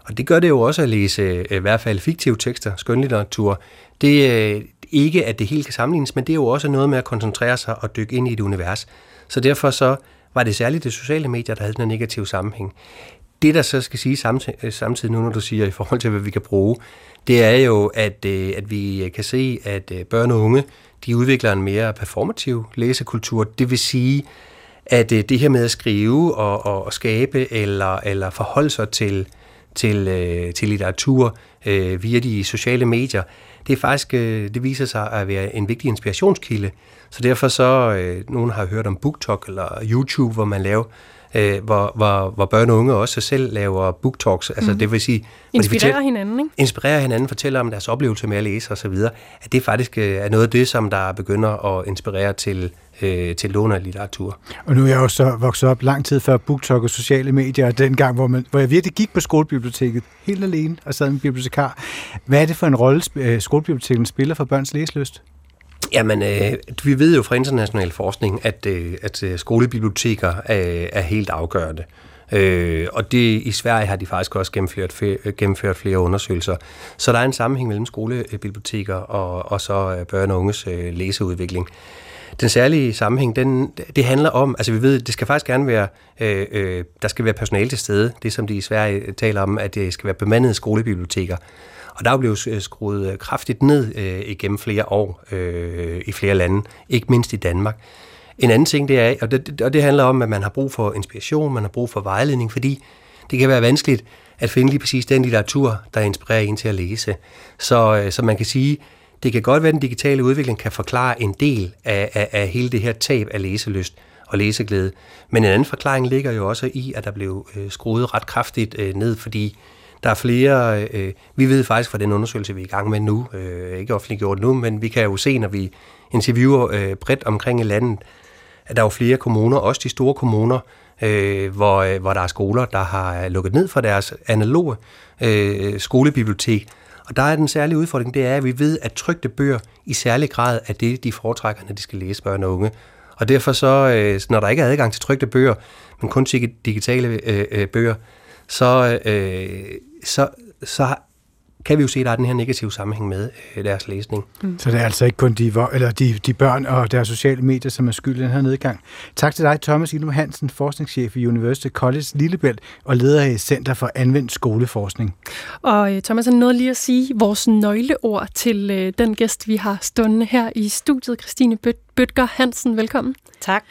Og det gør det jo også at læse i hvert fald fiktive tekster, skønlitteratur. Det er ikke, at det hele kan sammenlignes, men det er jo også noget med at koncentrere sig og dykke ind i et univers. Så derfor så var det særligt det sociale medier, der havde den negative sammenhæng. Det, der så skal sige samtidig nu, når du siger i forhold til, hvad vi kan bruge, det er jo, at, at vi kan se, at børn og unge, de udvikler en mere performativ læsekultur. Det vil sige, at det her med at skrive og, og skabe eller, eller forholde sig til, til, til litteratur øh, via de sociale medier, det er faktisk, det viser sig at være en vigtig inspirationskilde. Så derfor så, øh, nogen har hørt om BookTok eller YouTube, hvor man laver, øh, hvor, hvor, hvor børn og unge også selv laver booktalks. Altså, mm. det vil sige, inspirerer de fortæller, hinanden, ikke? Inspirerer hinanden, fortæller om deres oplevelse med at læse og så videre. At det faktisk er noget af det, som der begynder at inspirere til, øh, til lån af litteratur. Og nu er jeg jo så vokset op lang tid før BookTok og sociale medier, og dengang, hvor, man, hvor jeg virkelig gik på skolebiblioteket helt alene og sad med en bibliotekar. Hvad er det for en rolle, skolebiblioteket spiller for børns læselyst? Jamen, øh, vi ved jo fra international forskning, at, øh, at skolebiblioteker er, er helt afgørende. Øh, og det, i Sverige har de faktisk også gennemført, gennemført flere undersøgelser. Så der er en sammenhæng mellem skolebiblioteker og, og så børn og unges øh, læseudvikling. Den særlige sammenhæng, den, det handler om, altså vi ved, det skal faktisk gerne være, øh, øh, der skal være personale til stede. Det som de i Sverige taler om, at det skal være bemandede skolebiblioteker. Og der er blevet skruet kraftigt ned øh, igennem flere år øh, i flere lande, ikke mindst i Danmark. En anden ting, det er, og det, og det handler om, at man har brug for inspiration, man har brug for vejledning, fordi det kan være vanskeligt at finde lige præcis den litteratur, der inspirerer en til at læse. Så, så man kan sige, det kan godt være, at den digitale udvikling kan forklare en del af, af, af hele det her tab af læselyst og læseglæde. Men en anden forklaring ligger jo også i, at der blev øh, skruet ret kraftigt øh, ned, fordi der er flere, øh, vi ved faktisk fra den undersøgelse, vi er i gang med nu, øh, ikke offentliggjort nu, men vi kan jo se, når vi interviewer øh, bredt omkring i landet, at der er jo flere kommuner, også de store kommuner, øh, hvor, øh, hvor der er skoler, der har lukket ned for deres analoge øh, skolebibliotek. Og der er den særlige udfordring, det er, at vi ved, at trykte bøger i særlig grad er det, de foretrækker, når de skal læse børn og unge. Og derfor så, øh, når der ikke er adgang til trykte bøger, men kun til digitale øh, øh, bøger, så, øh, så, så kan vi jo se, at der er den her negative sammenhæng med øh, deres læsning. Mm. Så det er altså ikke kun de, eller de, de børn og deres sociale medier, som er skyld i den her nedgang. Tak til dig, Thomas Illum Hansen, forskningschef i University College Lillebælt og leder i Center for Anvendt Skoleforskning. Og Thomas, er noget lige at sige vores nøgleord til øh, den gæst, vi har stående her i studiet, Christine Bødker Hansen. Velkommen. Tak.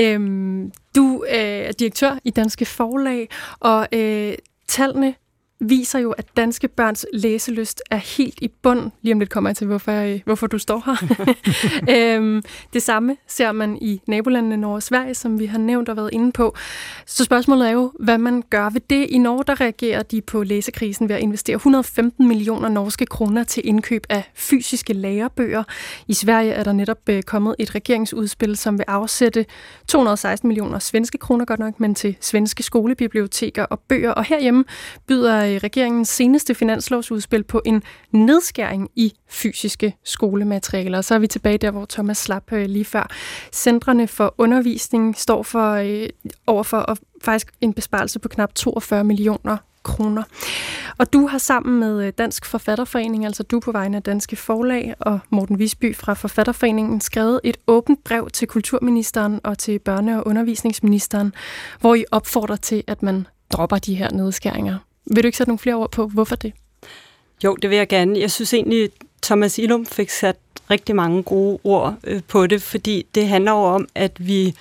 Øhm, du øh, er direktør i Danske Forlag, og øh, tallene viser jo, at danske børns læselyst er helt i bund. Lige om lidt kommer jeg til, hvorfor, jeg, hvorfor du står her. øhm, det samme ser man i nabolandene Norge og Sverige, som vi har nævnt og været inde på. Så spørgsmålet er jo, hvad man gør ved det. I Norge, der reagerer de på læsekrisen ved at investere et hundrede og femten millioner norske kroner til indkøb af fysiske lærebøger. I Sverige er der netop kommet et regeringsudspil, som vil afsætte to hundrede og seksten millioner svenske kroner, godt nok, men til svenske skolebiblioteker og bøger. Og herhjemme byder regeringens seneste finanslovsudspil på en nedskæring i fysiske skolematerialer. Så er vi tilbage der, hvor Thomas slap øh, lige før. Centrene for undervisning står for øh, overfor faktisk en besparelse på knap toogfyrre millioner kroner. Og du har sammen med Dansk Forfatterforening, altså du på vegne af Danske Forlag og Morten Visby fra Forfatterforeningen, skrevet et åbent brev til kulturministeren og til børne- og undervisningsministeren, hvor I opfordrer til, at man dropper de her nedskæringer. Vil du ikke sætte nogle flere ord på, hvorfor det? Jo, det vil jeg gerne. Jeg synes egentlig, Thomas Illum fik sat rigtig mange gode ord øh, på det, fordi det handler jo om, at vi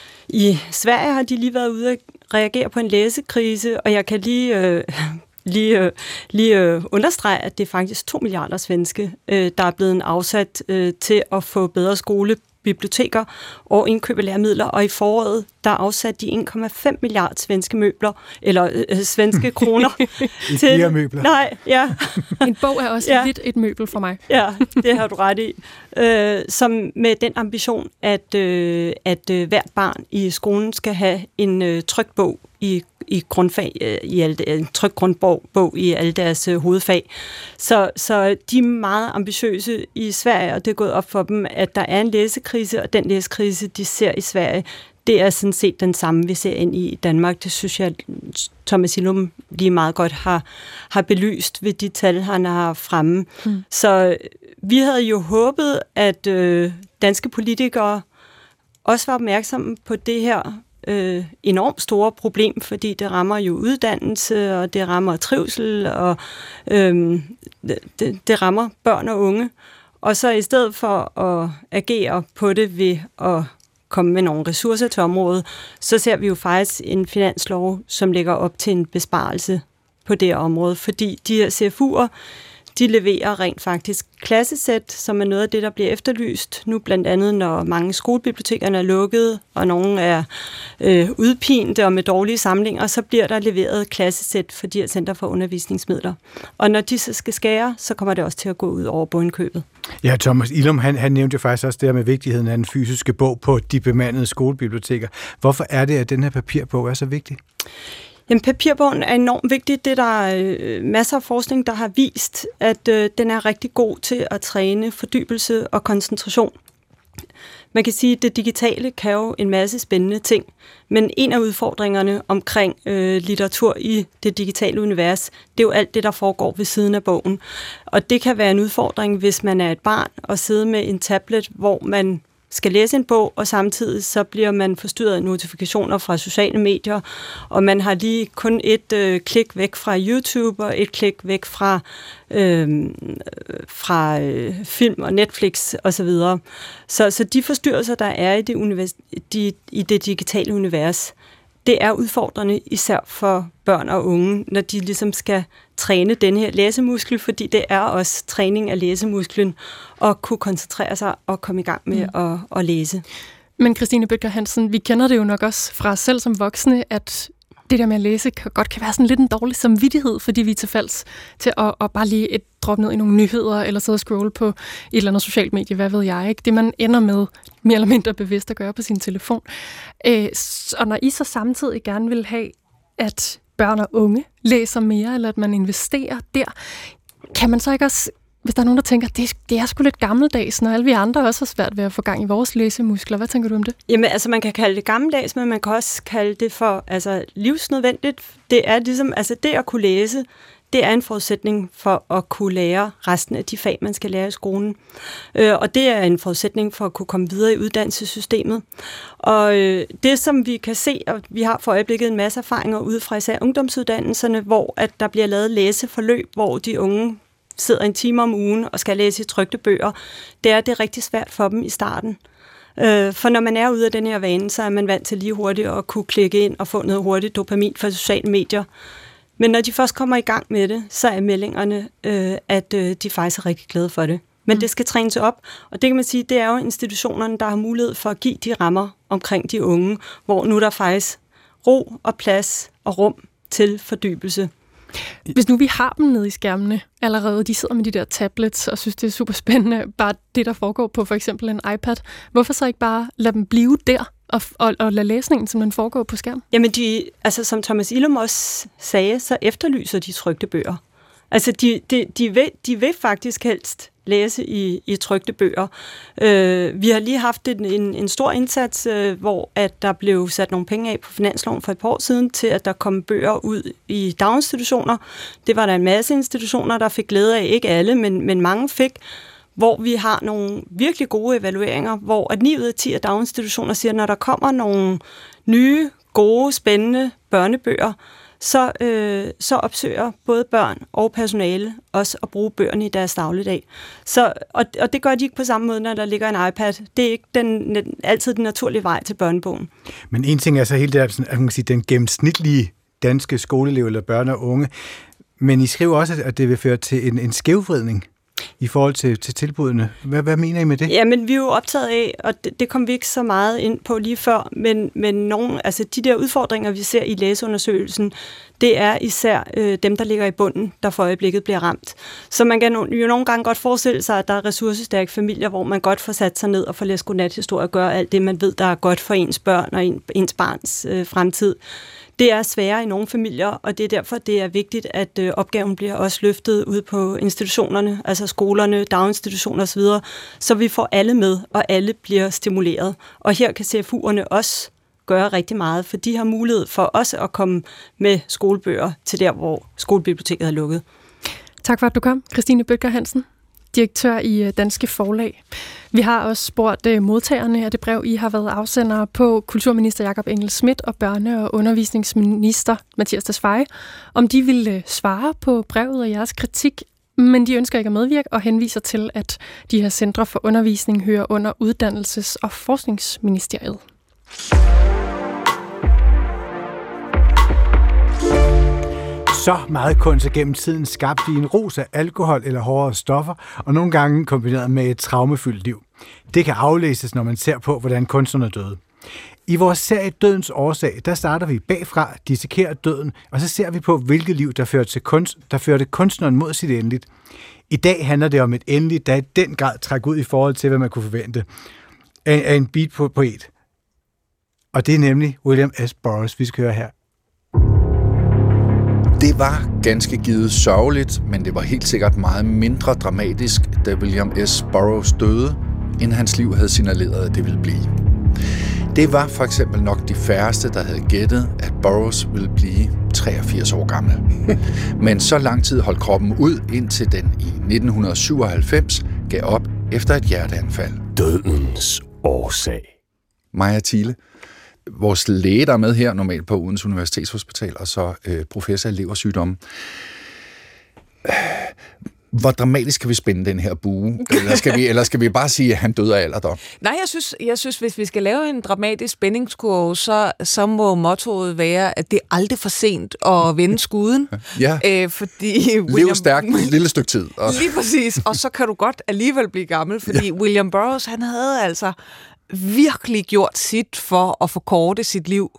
i Sverige har de lige været ude at reagere på en læsekrise, og jeg kan lige, øh, lige, øh, lige øh, understrege, at det er faktisk to milliarder svenske, øh, der er blevet afsat øh, til at få bedre skole biblioteker og indkøb af læremidler, og i foråret, der afsatte de en komma fem milliarder svenske møbler, eller øh, svenske kroner. til flere møbler. Nej, ja. En bog er også ja. lidt et møbel for mig. Ja, det har du ret i. Øh, som med den ambition, at, øh, at øh, hvert barn i skolen skal have en øh, trykt bog i i grundfag, i alle, en tryk grundbog bog i alle deres uh, hovedfag. Så, så de er meget ambitiøse i Sverige, og det er gået op for dem, at der er en læsekrise, og den læsekrise, de ser i Sverige, det er sådan set den samme, vi ser ind i Danmark. Det synes jeg, Thomas Illum lige meget godt har, har belyst ved de tal, han har fremme. Mm. Så vi havde jo håbet, at øh, danske politikere også var opmærksomme på det her øh, enormt store problem, fordi det rammer jo uddannelse, og det rammer trivsel, og øh, det, det rammer børn og unge. Og så i stedet for at agere på det ved at komme med nogle ressourcer til området, så ser vi jo faktisk en finanslov, som lægger op til en besparelse på det område, fordi de her C F U'er, de leverer rent faktisk klassesæt, som er noget af det, der bliver efterlyst nu, blandt andet når mange skolebibliotekerne er lukkede, og nogle er øh, udpinte og med dårlige samlinger, så bliver der leveret klassesæt for de her Center for Undervisningsmidler. Og når de så skal skære, så kommer det også til at gå ud over bundkøbet. Ja, Thomas Illum, han, han nævnte jo faktisk også det her med vigtigheden af den fysiske bog på de bemandede skolebiblioteker. Hvorfor er det, at den her papirbog er så vigtig? Jamen, papirbogen er enormt vigtig. Det er der øh, masser af forskning, der har vist, at øh, den er rigtig god til at træne fordybelse og koncentration. Man kan sige, at det digitale kan jo en masse spændende ting, men en af udfordringerne omkring øh, litteratur i det digitale univers, det er jo alt det, der foregår ved siden af bogen. Og det kan være en udfordring, hvis man er et barn og sidder med en tablet, hvor man skal læse en bog, og samtidig så bliver man forstyrret af notifikationer fra sociale medier, og man har lige kun et øh, klik væk fra YouTube, og et klik væk fra, øh, fra øh, film og Netflix osv. Så, så de forstyrrelser, der er i det, univers, de, i det digitale univers, det er udfordrende især for børn og unge, når de ligesom skal træne den her læsemuskel, fordi det er også træning af læsemusklen at kunne koncentrere sig og komme i gang med mm. at, at læse. Men Christine Bødker Hansen, vi kender det jo nok også fra os selv som voksne, at det der med at læse kan, godt kan være sådan lidt en dårlig samvittighed, fordi vi er tilfælds til at, at bare lige et droppe ned i nogle nyheder, eller sidde og scrolle på et eller andet socialt medie, hvad ved jeg, ikke? Det man ender med mere eller mindre bevidst at gøre på sin telefon. Øh, og når I så samtidig gerne vil have, at børn og unge læser mere, eller at man investerer der, kan man så ikke også, hvis der er nogen, der tænker, det, det er sgu lidt gammeldags, når alle vi andre også har svært ved at få gang i vores læsemuskler. Hvad tænker du om det? Jamen, altså man kan kalde det gammeldags, men man kan også kalde det for altså, livsnødvendigt. Det er ligesom, altså det at kunne læse, det er en forudsætning for at kunne lære resten af de fag, man skal lære i skolen. Øh, og det er en forudsætning for at kunne komme videre i uddannelsessystemet. Og øh, det, som vi kan se, og vi har for øjeblikket en masse erfaringer ude fra især ungdomsuddannelserne, hvor at der bliver lavet læseforløb, hvor de unge sidder en time om ugen og skal læse i trykte bøger, det er det rigtig svært for dem i starten. Øh, for når man er ude af den her vane, så er man vant til lige hurtigt at kunne klikke ind og få noget hurtigt dopamin fra sociale medier. Men når de først kommer i gang med det, så er meldingerne, øh, at øh, de faktisk er rigtig glade for det. Men mm. det skal trænes op, og det kan man sige, det er jo institutionerne, der har mulighed for at give de rammer omkring de unge, hvor nu der faktisk ro og plads og rum til fordybelse. Hvis nu vi har dem nede i skærmene allerede, de sidder med de der tablets og synes, det er super spændende, bare det, der foregår på for eksempel en iPad, hvorfor så ikke bare lade dem blive der og, og, og lade læsningen simpelthen foregå på skærm? Jamen, de, altså, som Thomas Illum også sagde, så efterlyser de trykte bøger. Altså, de, de, de, vil, de vil faktisk helst læse i, i trykte bøger. Øh, vi har lige haft en, en, en stor indsats, øh, hvor at der blev sat nogle penge af på finansloven for et par år siden, til at der kom bøger ud i daginstitutioner. Det var der en masse institutioner, der fik glæde af. Ikke alle, men, men mange fik. Hvor vi har nogle virkelig gode evalueringer, hvor at ni ud af ti af daginstitutioner siger, at når der kommer nogle nye, gode, spændende børnebøger, så, øh, så opsøger både børn og personale også at bruge bøgerne i deres dagligdag. Så, og, og det gør de ikke på samme måde, når der ligger en iPad. Det er ikke den, altid den naturlige vej til børnebogen. Men en ting er så helt der, at man kan sige, den gennemsnitlige danske skoleelev eller børn og unge. Men I skriver også, at det vil føre til en, en skævvridning i forhold til, til tilbudene. Hvad, hvad mener I med det? Jamen, vi er jo optaget af, og det, det kom vi ikke så meget ind på lige før, men, men nogle, altså de der udfordringer, vi ser i læseundersøgelsen, det er især øh, dem, der ligger i bunden, der for øjeblikket bliver ramt. Så man kan jo nogle gange godt forestille sig, at der er ressourcestærke familier, hvor man godt får sat sig ned og får læst godnathistorie og gøre alt det, man ved, der er godt for ens børn og en, ens barns øh, fremtid. Det er sværere i nogle familier, og det er derfor, det er vigtigt, at øh, opgaven bliver også løftet ud på institutionerne, altså skolerne, daginstitutioner osv., så vi får alle med, og alle bliver stimuleret. Og her kan C F U'erne også gøre rigtig meget, for de har mulighed for også at komme med skolebøger til der, hvor skolebiblioteket er lukket. Tak for, at du kom, Christine Bødker Hansen, direktør i Danske Forlag. Vi har også spurgt modtagerne af det brev, I har været afsendere på, kulturminister Jakob Engel-Schmidt og børne- og undervisningsminister Mathias Tesfaye, om de ville svare på brevet og jeres kritik, men de ønsker ikke at medvirke og henviser til, at de her centre for undervisning hører under Uddannelses- og Forskningsministeriet. Så meget kunst er gennem tiden skabt i en rus af alkohol eller hårdere stoffer, og nogle gange kombineret med et traumefyldt liv. Det kan aflæses, når man ser på, hvordan kunstnerne døde. I vores serie Dødens Årsag, der starter vi bagfra, dissekerer døden, og så ser vi på, hvilket liv, der førte, til kunst, der førte kunstneren mod sit endeligt. I dag handler det om et endeligt, der i den grad trækker ud i forhold til, hvad man kunne forvente af en beat-poet. Og det er nemlig William S. Burroughs, vi skal høre her. Det var ganske givet sørgeligt, men det var helt sikkert meget mindre dramatisk, da William S. Burroughs døde, end hans liv havde signaleret, at det ville blive. Det var for eksempel nok de færreste, der havde gættet, at Burroughs ville blive treogfirs år gammel. Men så lang tid holdt kroppen ud, indtil den i nitten syvoghalvfems gav op efter et hjerteanfald. Dødens Årsag. Maja Thiele, vores læge, der er med her normalt på Odense Universitetshospital, og så øh, professor i leversygdomme. Hvor dramatisk kan vi spænde den her bue? Eller skal vi, eller skal vi bare sige, at han døde af alderdom? Nej, jeg synes, jeg synes, hvis vi skal lave en dramatisk spændingskurve, så, så må mottoet være, at det er aldrig for sent at vende skuden. Ja. Æ, fordi William... Lev stærkt et lille stykke tid. Også. Lige præcis, og så kan du godt alligevel blive gammel, fordi ja. William Burroughs, han havde altså virkelig gjort sit for at forkorte sit liv.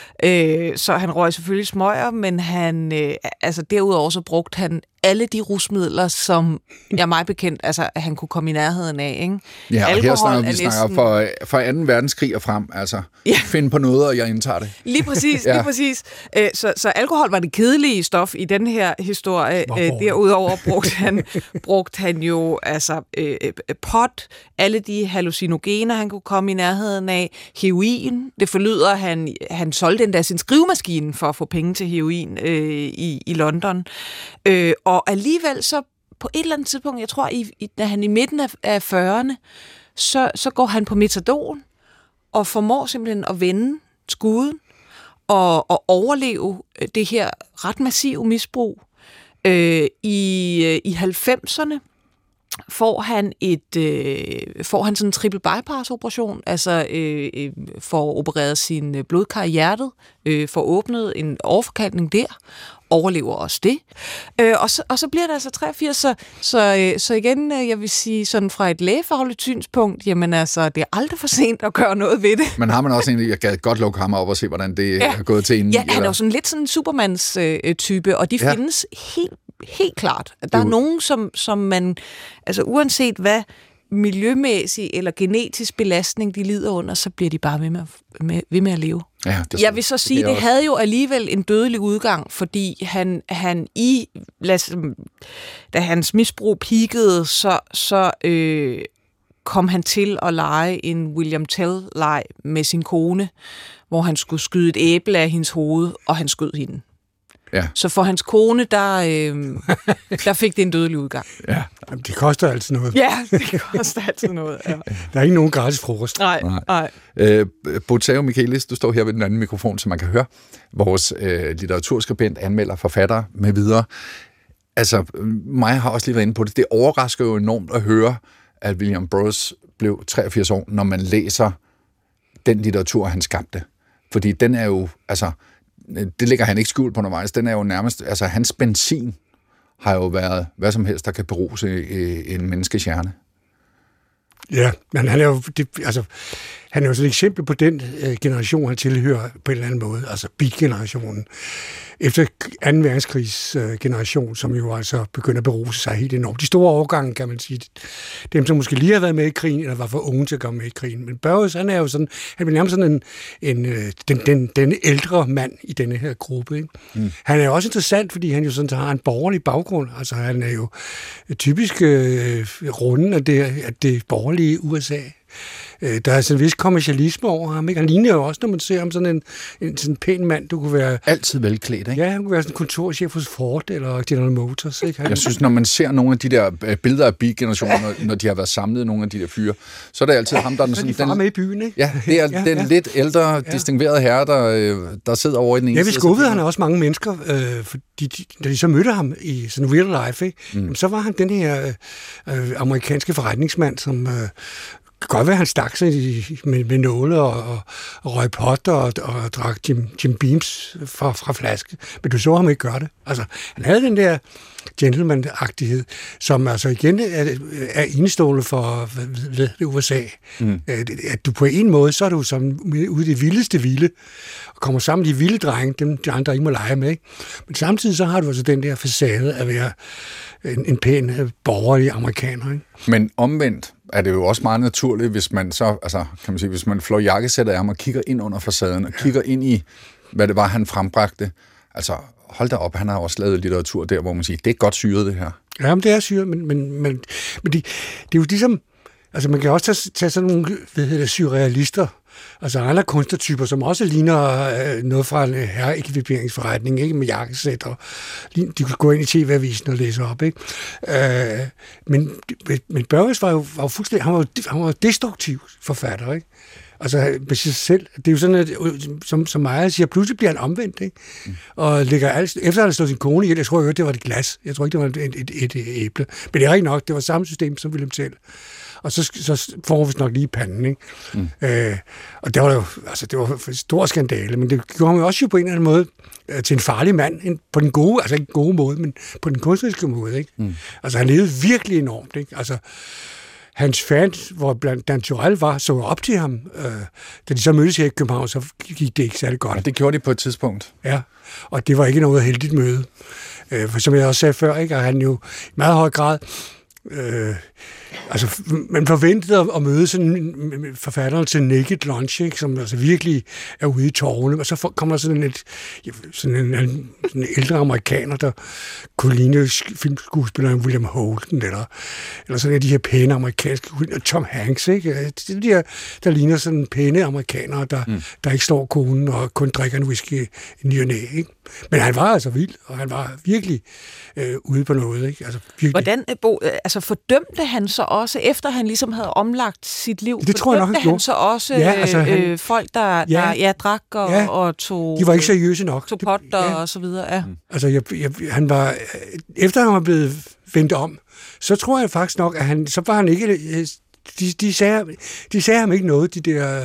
Øh, så han røg selvfølgelig smøger, men han, øh, altså derudover så brugte han alle de rusmidler, som jeg er meget bekendt, altså at han kunne komme i nærheden af. Ikke? Ja, og her snakker vi næsten... snakker for, for anden verdenskrig og frem. Altså, ja. Find på noget, og jeg indtager det. Lige præcis, ja. lige præcis. Øh, så, så alkohol var det kedelige stof i den her historie. Øh, derudover brugte han, brugte han jo altså øh, pot, alle de hallucinogener, han kunne komme i nærheden af, heroin. Det forlyder, han, han solgte endda sin skrivemaskine for at få penge til heroin øh, i, i London. Øh, og alligevel så på et eller andet tidspunkt, jeg tror, i, i, da han i midten af, af fyrrerne, så, så går han på metadon og formår simpelthen at vende skuden og, og overleve det her ret massive misbrug. Øh, i, I halvfemserne får han et øh, får han sådan en triple bypass operation, altså øh, øh, får opereret sin blodkar i hjertet, øh, får åbnet en overforkalkning der, overlever også det. Øh, og, så, og så bliver det altså treogfirs, så, så, øh, så igen, øh, jeg vil sige, sådan fra et lægefagligt synspunkt, jamen altså, det er aldrig for sent at gøre noget ved det. Men har man også egentlig, jeg gad godt lukke ham op og se, hvordan det ja. er gået til inden? Ja, han er jo sådan lidt sådan en Supermans øh, type, og de ja. findes helt Helt klart. Der er nogen, som, som man, altså uanset hvad miljømæssig eller genetisk belastning de lider under, så bliver de bare ved med, med, ved med at leve. Ja, det jeg vil så sige, det, det havde jo alligevel en dødelig udgang, fordi han, han i, lad, da hans misbrug peakede, så, så øh, kom han til at lege en William Tell-leg med sin kone, hvor han skulle skyde et æble af hendes hoved, og han skød hende. Ja. Så for hans kone, der, øh, der fik det en dødelig udgang. Ja, det koster altid noget. Ja, det koster altid noget. Ja. Der er ikke nogen gratis frokost. Nej, nej. Øh, Botao Michaelis, du står her ved den anden mikrofon, så man kan høre vores øh, litteraturskribent, anmelder, forfatter med videre. Altså, mig har også lige været inde på det. Det overrasker jo enormt at høre, at William Burroughs blev treogfirs år, når man læser den litteratur, han skabte. Fordi den er jo, altså... Det ligger han ikke skjult på undervejs. Den er jo nærmest, altså hans benzin har jo været hvad som helst, der kan beruse en menneskes hjerne. Ja, men han er jo, det, altså, han er jo sådan et eksempel på den øh, generation, han tilhører på en eller anden måde, altså beat-generationen. Efter anden verdenskrigs øh, generation, som jo altså begynder at beruse sig helt enormt. De store årgange, kan man sige, dem som måske lige har været med i krigen, eller var for unge til at komme med i krigen. Men Burroughs, han er jo sådan, han er nærmest sådan en, en øh, den, den, den ældre mand i denne her gruppe. Ikke? Mm. Han er jo også interessant, fordi han jo sådan har en borgerlig baggrund. Altså han er jo typisk øh, runden af det, af det borgerlige U S A. øh, der er sådan en vis kommercialisme over ham, ikke? Han ligner jo også, når man ser ham sådan en, en sådan pæn mand, du kunne være... Altid velklædt, ikke? Ja, han kunne være sådan en kontorchef hos Ford eller General Motors, ikke? Han... Jeg synes, når man ser nogle af de der billeder af beat-generationen, når, når de har været samlet, nogle af de der fyre, så er det altid ham, der er den sådan... Så er de med i byen, ikke? Ja, det er ja, den ja. lidt ældre, ja. distinguerede herre, der, der sidder over i den ene side. Ja, vi skuffede han også mange mennesker, øh, fordi de, da de så mødte ham i sådan real life, ikke? Mm. Så var han den her øh, amerikanske forretningsmand, som... Øh, kan godt være, han stak sig i, med, med nåle og, og, og røg pot og, og drak Jim, Jim Beams fra, fra flaske. Men du så ham ikke gøre det. Altså, han havde den der gentleman-agtighed, som altså igen er, er enestående for ved, ved U S A. Mm. At, at du på en måde, så er du som ude i det vildeste vilde, og kommer sammen med de vilde drenge, dem de andre ikke må lege med. Ikke? Men samtidig så har du altså den der facade at være en, en pæn borgerlig amerikaner. Ikke? Men omvendt er det jo også meget naturligt, hvis man så, altså, kan man sige, hvis man flår jakkesættet af ham og kigger ind under facaden, og ja. kigger ind i, hvad det var, han frembragte. Altså, hold da op, han har også lavet litteratur der, hvor man siger, det er godt syret, det her. Ja, men det er syret, men, men, men, men det, det er jo ligesom, altså man kan også tage, tage sådan nogle, hvad hedder det, surrealister, altså andre kunstnertyper, som også ligner øh, noget fra en herreekviperingsforretning, ikke, med jakkesæt, og de kunne gå ind i T V-avisen og læse op, ikke? Øh, men, men Burroughs var jo, var jo fuldstændig, han var jo, han var jo destruktiv forfatter, ikke? Altså med sig selv. Det er jo sådan, at som, som Maja siger, pludselig bliver han omvendt, ikke? Mm. Og lægger alt, efter han har slået sin kone ihjel, jeg tror jo, det var et glas. Jeg tror ikke, det var et, et, et, et æble. Men det er rigtigt nok, det var samme system som Wilhelm Tell. Og så, så får vi nok lige i panden, ikke? Mm. Øh, og det var jo, altså det var en stor skandale, men det gjorde ham jo også jo på en eller anden måde øh, til en farlig mand, en, på den gode, altså ikke gode måde, men på den kunstneriske måde, ikke? Mm. Altså han levede virkelig enormt, ikke? Altså hans fans, hvor blandt Dan Turell var, så op til ham. Øh, da de så mødtes her i København, så gik det ikke særlig godt. Ja, det gjorde de på et tidspunkt. Ja, og det var ikke noget heldigt møde. Øh, for som jeg også sagde før, ikke, at han jo i meget høj grad... Øh, altså, man forventede at møde sådan forfatteren til Naked Lunch, ikke, som altså virkelig er ude i tårne, og så kommer der sådan, et, sådan en, en, en ældre amerikaner, der kunne ligne filmskuespilleren William Holden, eller, eller sådan en af de her pæne amerikanske, Tom Hanks, ikke? De der, der ligner sådan pæne amerikanere, der, mm. der ikke slår konen og kun drikker en whisky i ny og næ, ikke? Men han var altså vild, og han var virkelig øh, ude på noget, ikke? Altså, virkelig. Hvordan, Bo, altså fordømte han så også, efter han ligesom havde omlagt sit liv, det tror jeg nok, han, han så også ja, altså, han, øh, folk, der, ja, der ja, drak og, ja, og tog... De var ikke seriøse nok. Tog pot og, ja. og så videre, ja. Mm. Altså, jeg, jeg, han var... Efter han var blevet vendt om, så tror jeg faktisk nok, at han... Så var han ikke... De, de, sagde, de sagde ham ikke noget, de der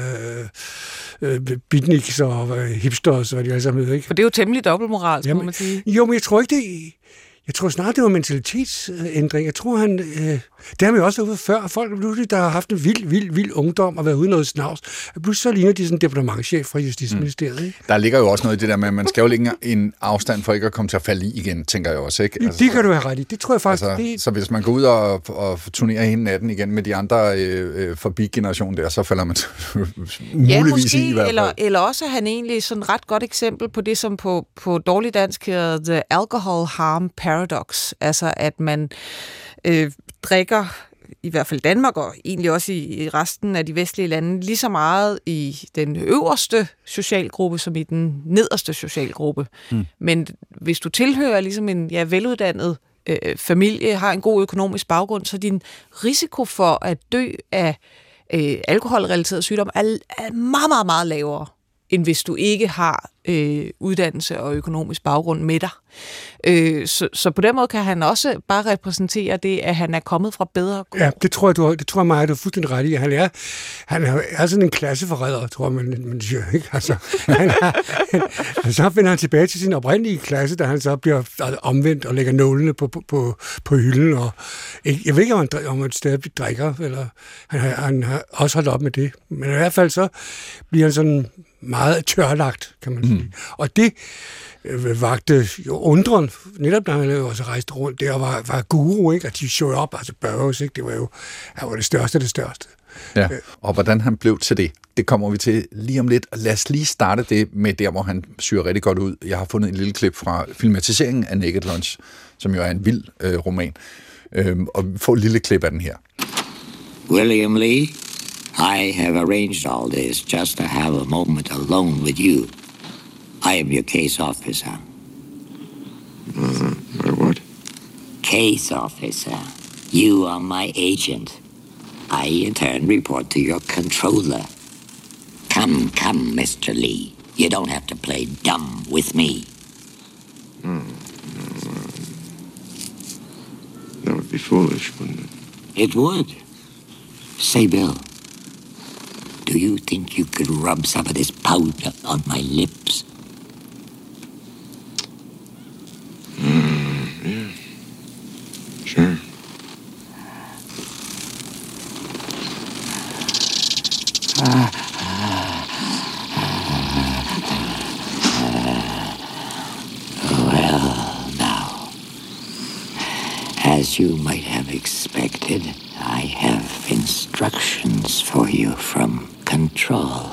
øh, øh, beatniks og øh, hipsters, hvad de alle sammen hedder, ikke? For det er jo temmelig dobbeltmoral, må man sige. Jo, men jeg tror ikke, det... Jeg tror snart, det var mentalitetsændring. Jeg tror, han... Øh, det har vi også været før. Folk pludselig, der har haft en vild, vild, vild ungdom og været ude noget snavs. Pludselig så ligner de sådan en departementchef fra Justitsministeriet. Mm. Der ligger jo også noget i det der med, at man skal jo lægge en afstand for ikke at komme til at falde i igen, tænker jeg også, ikke? Altså, det kan du have ret i. Det tror jeg faktisk... Altså, det... Så hvis man går ud og, og turnerer hele natten igen med de andre øh, forbi-generationen der, så falder man muligvis ja, måske, i i hvert fald. Eller, eller også er han egentlig sådan et ret godt eksempel på det, som på, på dårlig dansk hedder The Alcohol Harm Paradox. Altså, at man øh, drikker, i hvert fald Danmark, og egentlig også i, i resten af de vestlige lande, lige så meget i den øverste socialgruppe, som i den nederste socialgruppe. Mm. Men hvis du tilhører ligesom en ja, veluddannet øh, familie, har en god økonomisk baggrund, så din risiko for at dø af øh, alkoholrelateret sygdom er, er meget, meget, meget lavere, end hvis du ikke har øh, uddannelse og økonomisk baggrund med dig. Øh, så, så på den måde kan han også bare repræsentere det, at han er kommet fra bedre kår. Ja, det tror jeg, du, det tror jeg mig, du er fuldstændig ret i. Han er, han er sådan en klasseforræder, tror jeg, man, man siger, ikke? Altså, han er, han, så finder han tilbage til sin oprindelige klasse, da han så bliver omvendt og lægger nålene på, på, på, på hylden. Og, jeg ved ikke, om han, om han stadig drikker, eller han, han har også holdt op med det. Men i hvert fald så bliver han sådan meget tørlagt, kan man sige. Mm. Og det øh, vagte jo undren, netop da han også rejste rundt der og var, var guru, ikke? Og de showede op, altså Burroughs, ikke? Det var jo han var det største det største. Ja, og hvordan han blev til det, det kommer vi til lige om lidt. Lad os lige starte det med der, hvor han syrer rigtig godt ud. Jeg har fundet en lille klip fra filmatiseringen af Naked Lunch, som jo er en vild øh, roman. Øhm, og vi får et lille klip af den her. William Lee, I have arranged all this just to have a moment alone with you. I am your case officer. Uh, what? Case officer. You are my agent. I, in turn, report to your controller. Come, come, Mister Lee. You don't have to play dumb with me. Hmm. No, that would be foolish, wouldn't it? It would. Say, Bill, do you think you could rub some of this powder on my lips? Mm, yeah. Sure. Ah. Well, now, as you might have expected, I have instructions for you from Control.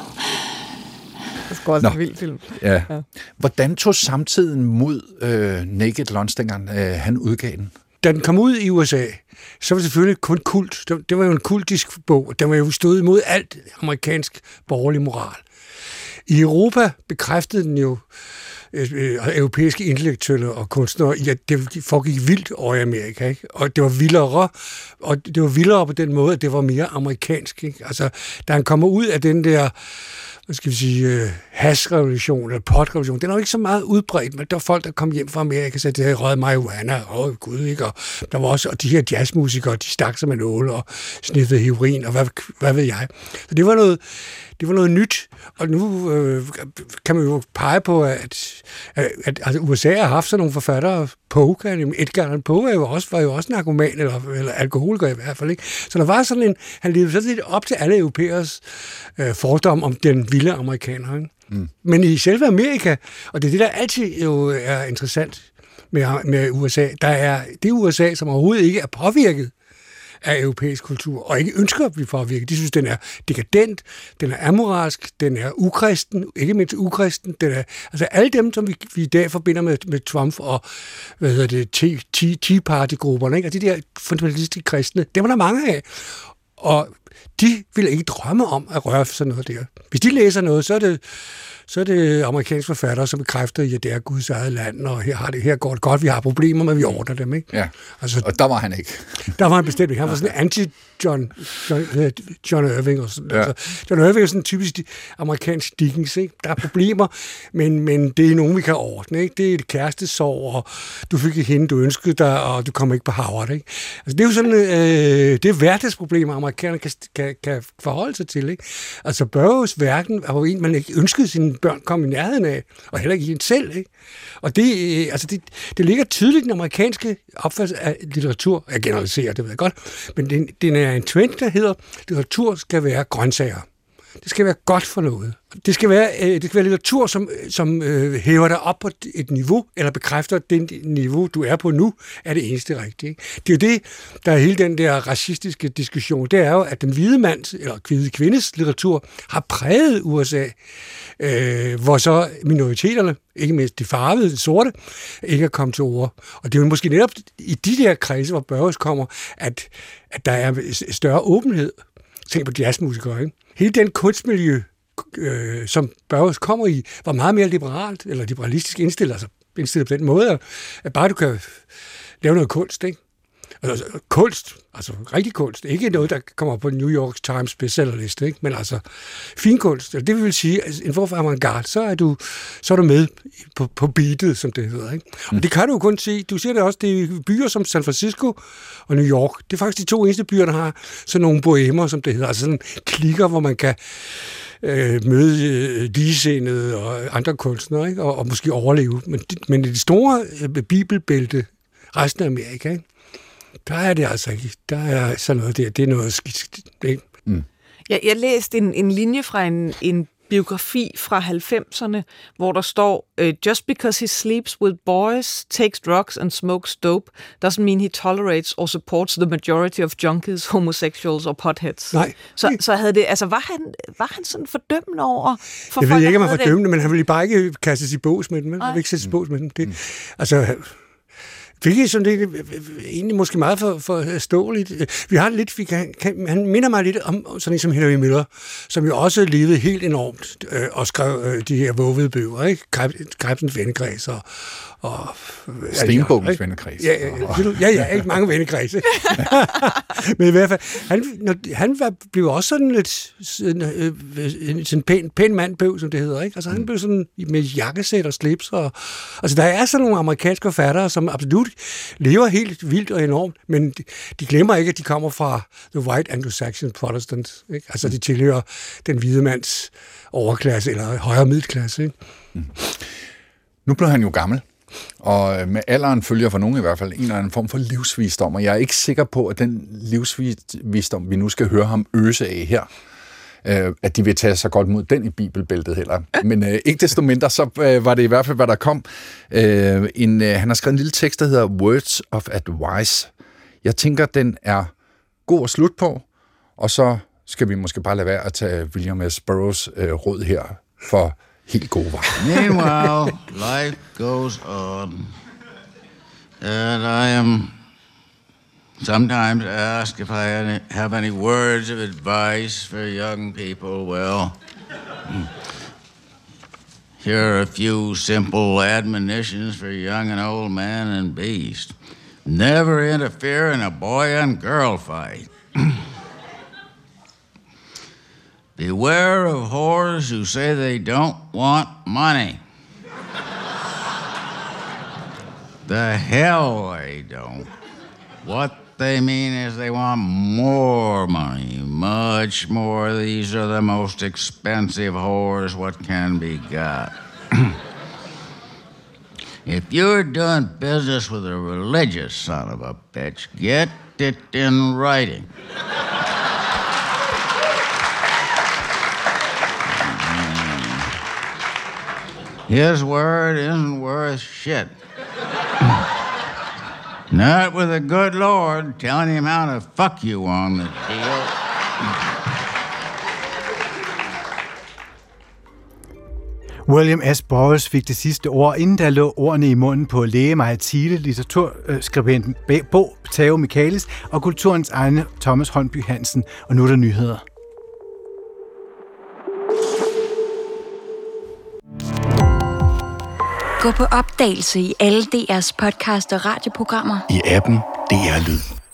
Det skal også en vild film. Ja. Ja. Hvordan tog samtiden mod øh, Naked Lunch, dengang øh, han udgav den? Da den kom ud i U S A, så var det selvfølgelig kun kult. Det var jo en kultisk bog. Den var jo stået imod alt amerikansk borgerlig moral. I Europa bekræftede den jo øh, europæiske intellektuelle og kunstnere i, at det foregik vildt over i Amerika, ikke? Og det var vildere, og det var vildere på den måde, at det var mere amerikansk, ikke? Altså, da han kommer ud af den der, hvad skal vi sige, uh, hashrevolution eller potrevolution, den er jo ikke så meget udbredt, men der var folk, der kom hjem fra Amerika, så det havde røget marihuana, åh oh, gud, ikke? Og der var også og de her jazzmusikere, de stak sig med nåle og sniffede heroin, og hvad, hvad ved jeg. Så det var noget, det var noget nyt, og nu øh, kan man jo pege på, at, at, at altså U S A har haft sådan nogle forfattere, Poe, Edgar Allan Poe er jo også, var jo også narkoman, eller, eller alkoholiker i hvert fald, ikke? Så der var sådan en, han levede sådan lidt op til alle europæers øh, fordom om den vilde amerikaner, ikke? Mm. Men i selve Amerika, og det er det, der altid jo er interessant med, med U S A, der er det U S A, som overhovedet ikke er påvirket af europæisk kultur, og ikke ønsker at blive påvirket. De synes, den er dekadent, den er amoralsk, den er ukristen, ikke mindst ukristen. Den er, altså alle dem, som vi, vi i dag forbinder med, med Trump og hvad hedder det, Tea, tea, tea Party-grupperne, ikke? Og de der fundamentalistiske kristne, dem er der mange af. Og de vil ikke drømme om at røre sådan noget der. Hvis de læser noget, så er det, så er det amerikanske forfattere, som bekræfter, at det er Guds eget land, og her, har det, her går det godt, vi har problemer, men vi ordner dem, ikke? Ja, altså, og der var han ikke. Der var han bestemt ikke. Han var sådan en anti-John John, John Irving. Og sådan. Ja. Altså, John Irving er sådan en typisk amerikansk Dickens, ikke? Der er problemer, men, men det er nogen, vi kan ordne, ikke? Det er et kærestesorg, og du fik ikke hende, du ønskede dig, og du kommer ikke på Harvard, ikke? Altså, det er jo sådan, øh, det er hverdagsproblemer, amerikanerne kan, kan, kan forholde sig til, ikke? Altså, Burroughs verden var jo en, man ikke ønskede sine børn kom i nærheden af, og heller ikke en selv, ikke? Og det, altså det, det ligger tydeligt i den amerikanske opfattelse af litteratur. Jeg generaliserer, det ved jeg godt, men det, det er en trend, der hedder, litteratur skal være grøntsager. Det skal være godt for noget. Det skal være, det skal være litteratur, som, som øh, hæver dig op på et niveau, eller bekræfter, at det niveau, du er på nu, er det eneste rigtige. Ikke? Det er jo det, der er hele den der racistiske diskussion. Det er jo, at den hvide mands, eller hvide kvindes litteratur, har præget U S A, øh, hvor så minoriteterne, ikke mindst de farvede, de sorte, ikke er kommet til ord. Og det er jo måske netop i de der kredse, hvor Burroughs kommer, at, at der er større åbenhed. Tænk på jazzmusikere, ikke? Hele den kunstmiljø, øh, som Burroughs kommer i, var meget mere liberalt, eller liberalistisk indstillet, altså indstillet på den måde, at bare du kan lave noget kunst, ikke? Altså, kunst, altså rigtig kunst, ikke noget, der kommer på New York Times bestsellerliste, ikke? Men altså finkunst, det vil sige, altså, en form for avantgarde, så er du, så er du med på, på beatet, som det hedder, ikke? Mm. Og det kan du jo kun se, du ser det også, det er byer som San Francisco og New York, det er faktisk de to eneste byer, der har sådan nogle bohemer, som det hedder, altså sådan klikker, hvor man kan øh, møde øh, ligesindede og andre kunstnere, ikke? Og, og måske overleve. Men, men det store øh, bibelbælte, resten af Amerika, ikke? Der er det altså ikke. Der er sådan noget der. Det er noget skidt. Ikke? Mm. Jeg, jeg læste en, en linje fra en, en biografi fra halvfemserne, hvor der står, just because he sleeps with boys, takes drugs and smokes dope, doesn't mean he tolerates or supports the majority of junkies, homosexuals or potheads. Nej. Så, så havde det, altså var han, var han sådan fordømmende over? For jeg folk, ved ikke, om han var fordømmende, men han ville bare ikke kastes i bås med dem. Han ville ikke sættes i bås med dem. Det, mm. Altså... Hvilket er sådan det, egentlig måske meget for, forståeligt. Vi har lidt, vi kan, kan, han minder mig lidt om sådan en som Henry Miller, som jo også levede helt enormt øh, og skrev øh, de her vovede bøger, ikke? Krebsens vennekreds og, og Stenbukkens vennekreds. Ja, ja, ja, ja, ikke mange vennekredse. Men i hvert fald, han, når, han var, blev også sådan lidt sådan, øh, sådan pæn, pæn mandbøv, som det hedder, ikke? Altså han blev sådan med jakkesæt og slips og altså der er sådan nogle amerikanske forfattere, som absolut lever helt vildt og enormt, men de, de glemmer ikke, at de kommer fra the white Anglo-Saxon Protestant, ikke? Altså de tilhører den hvide mands overklasse eller højere middelklasse, ikke? Mm. Nu blev han jo gammel, og med alderen følger for nogen i hvert fald en eller anden form for livsvisdom, og jeg er ikke sikker på, at den livsvisdom, vi nu skal høre ham øse af her, at de vil tage sig godt mod den i bibelbæltet heller. Men øh, ikke desto mindre, så øh, var det i hvert fald, hvad der kom. Øh, en, øh, han har skrevet en lille tekst, der hedder Words of Advice. Jeg tænker, den er god at slutte på, og så skal vi måske bare lade være at tage William S. Burroughs øh, råd her for helt gode veje. Meanwhile, life goes on, and I am sometimes asked if I have any words of advice for young people. Well, here are a few simple admonitions for young and old man and beast. Never interfere in a boy and girl fight. Beware of whores who say they don't want money. The hell they don't. What they mean is they want more money, much more. These are the most expensive whores what can be got. If you're doing business with a religious son of a bitch, get it in writing. His word isn't worth shit. Not with a good Lord telling him how to fuck you on the deal. William S. Burroughs fik det sidste ord, inden der lå ordene i munden på læge Maja Thiele, litteraturskribenten Bo Tao Michaelis og kulturens egne Thomas Holmby Hansen. Og nu er der nyheder. Gå på opdagelse i alle D R's podcast og radioprogrammer. I appen D R Lyd.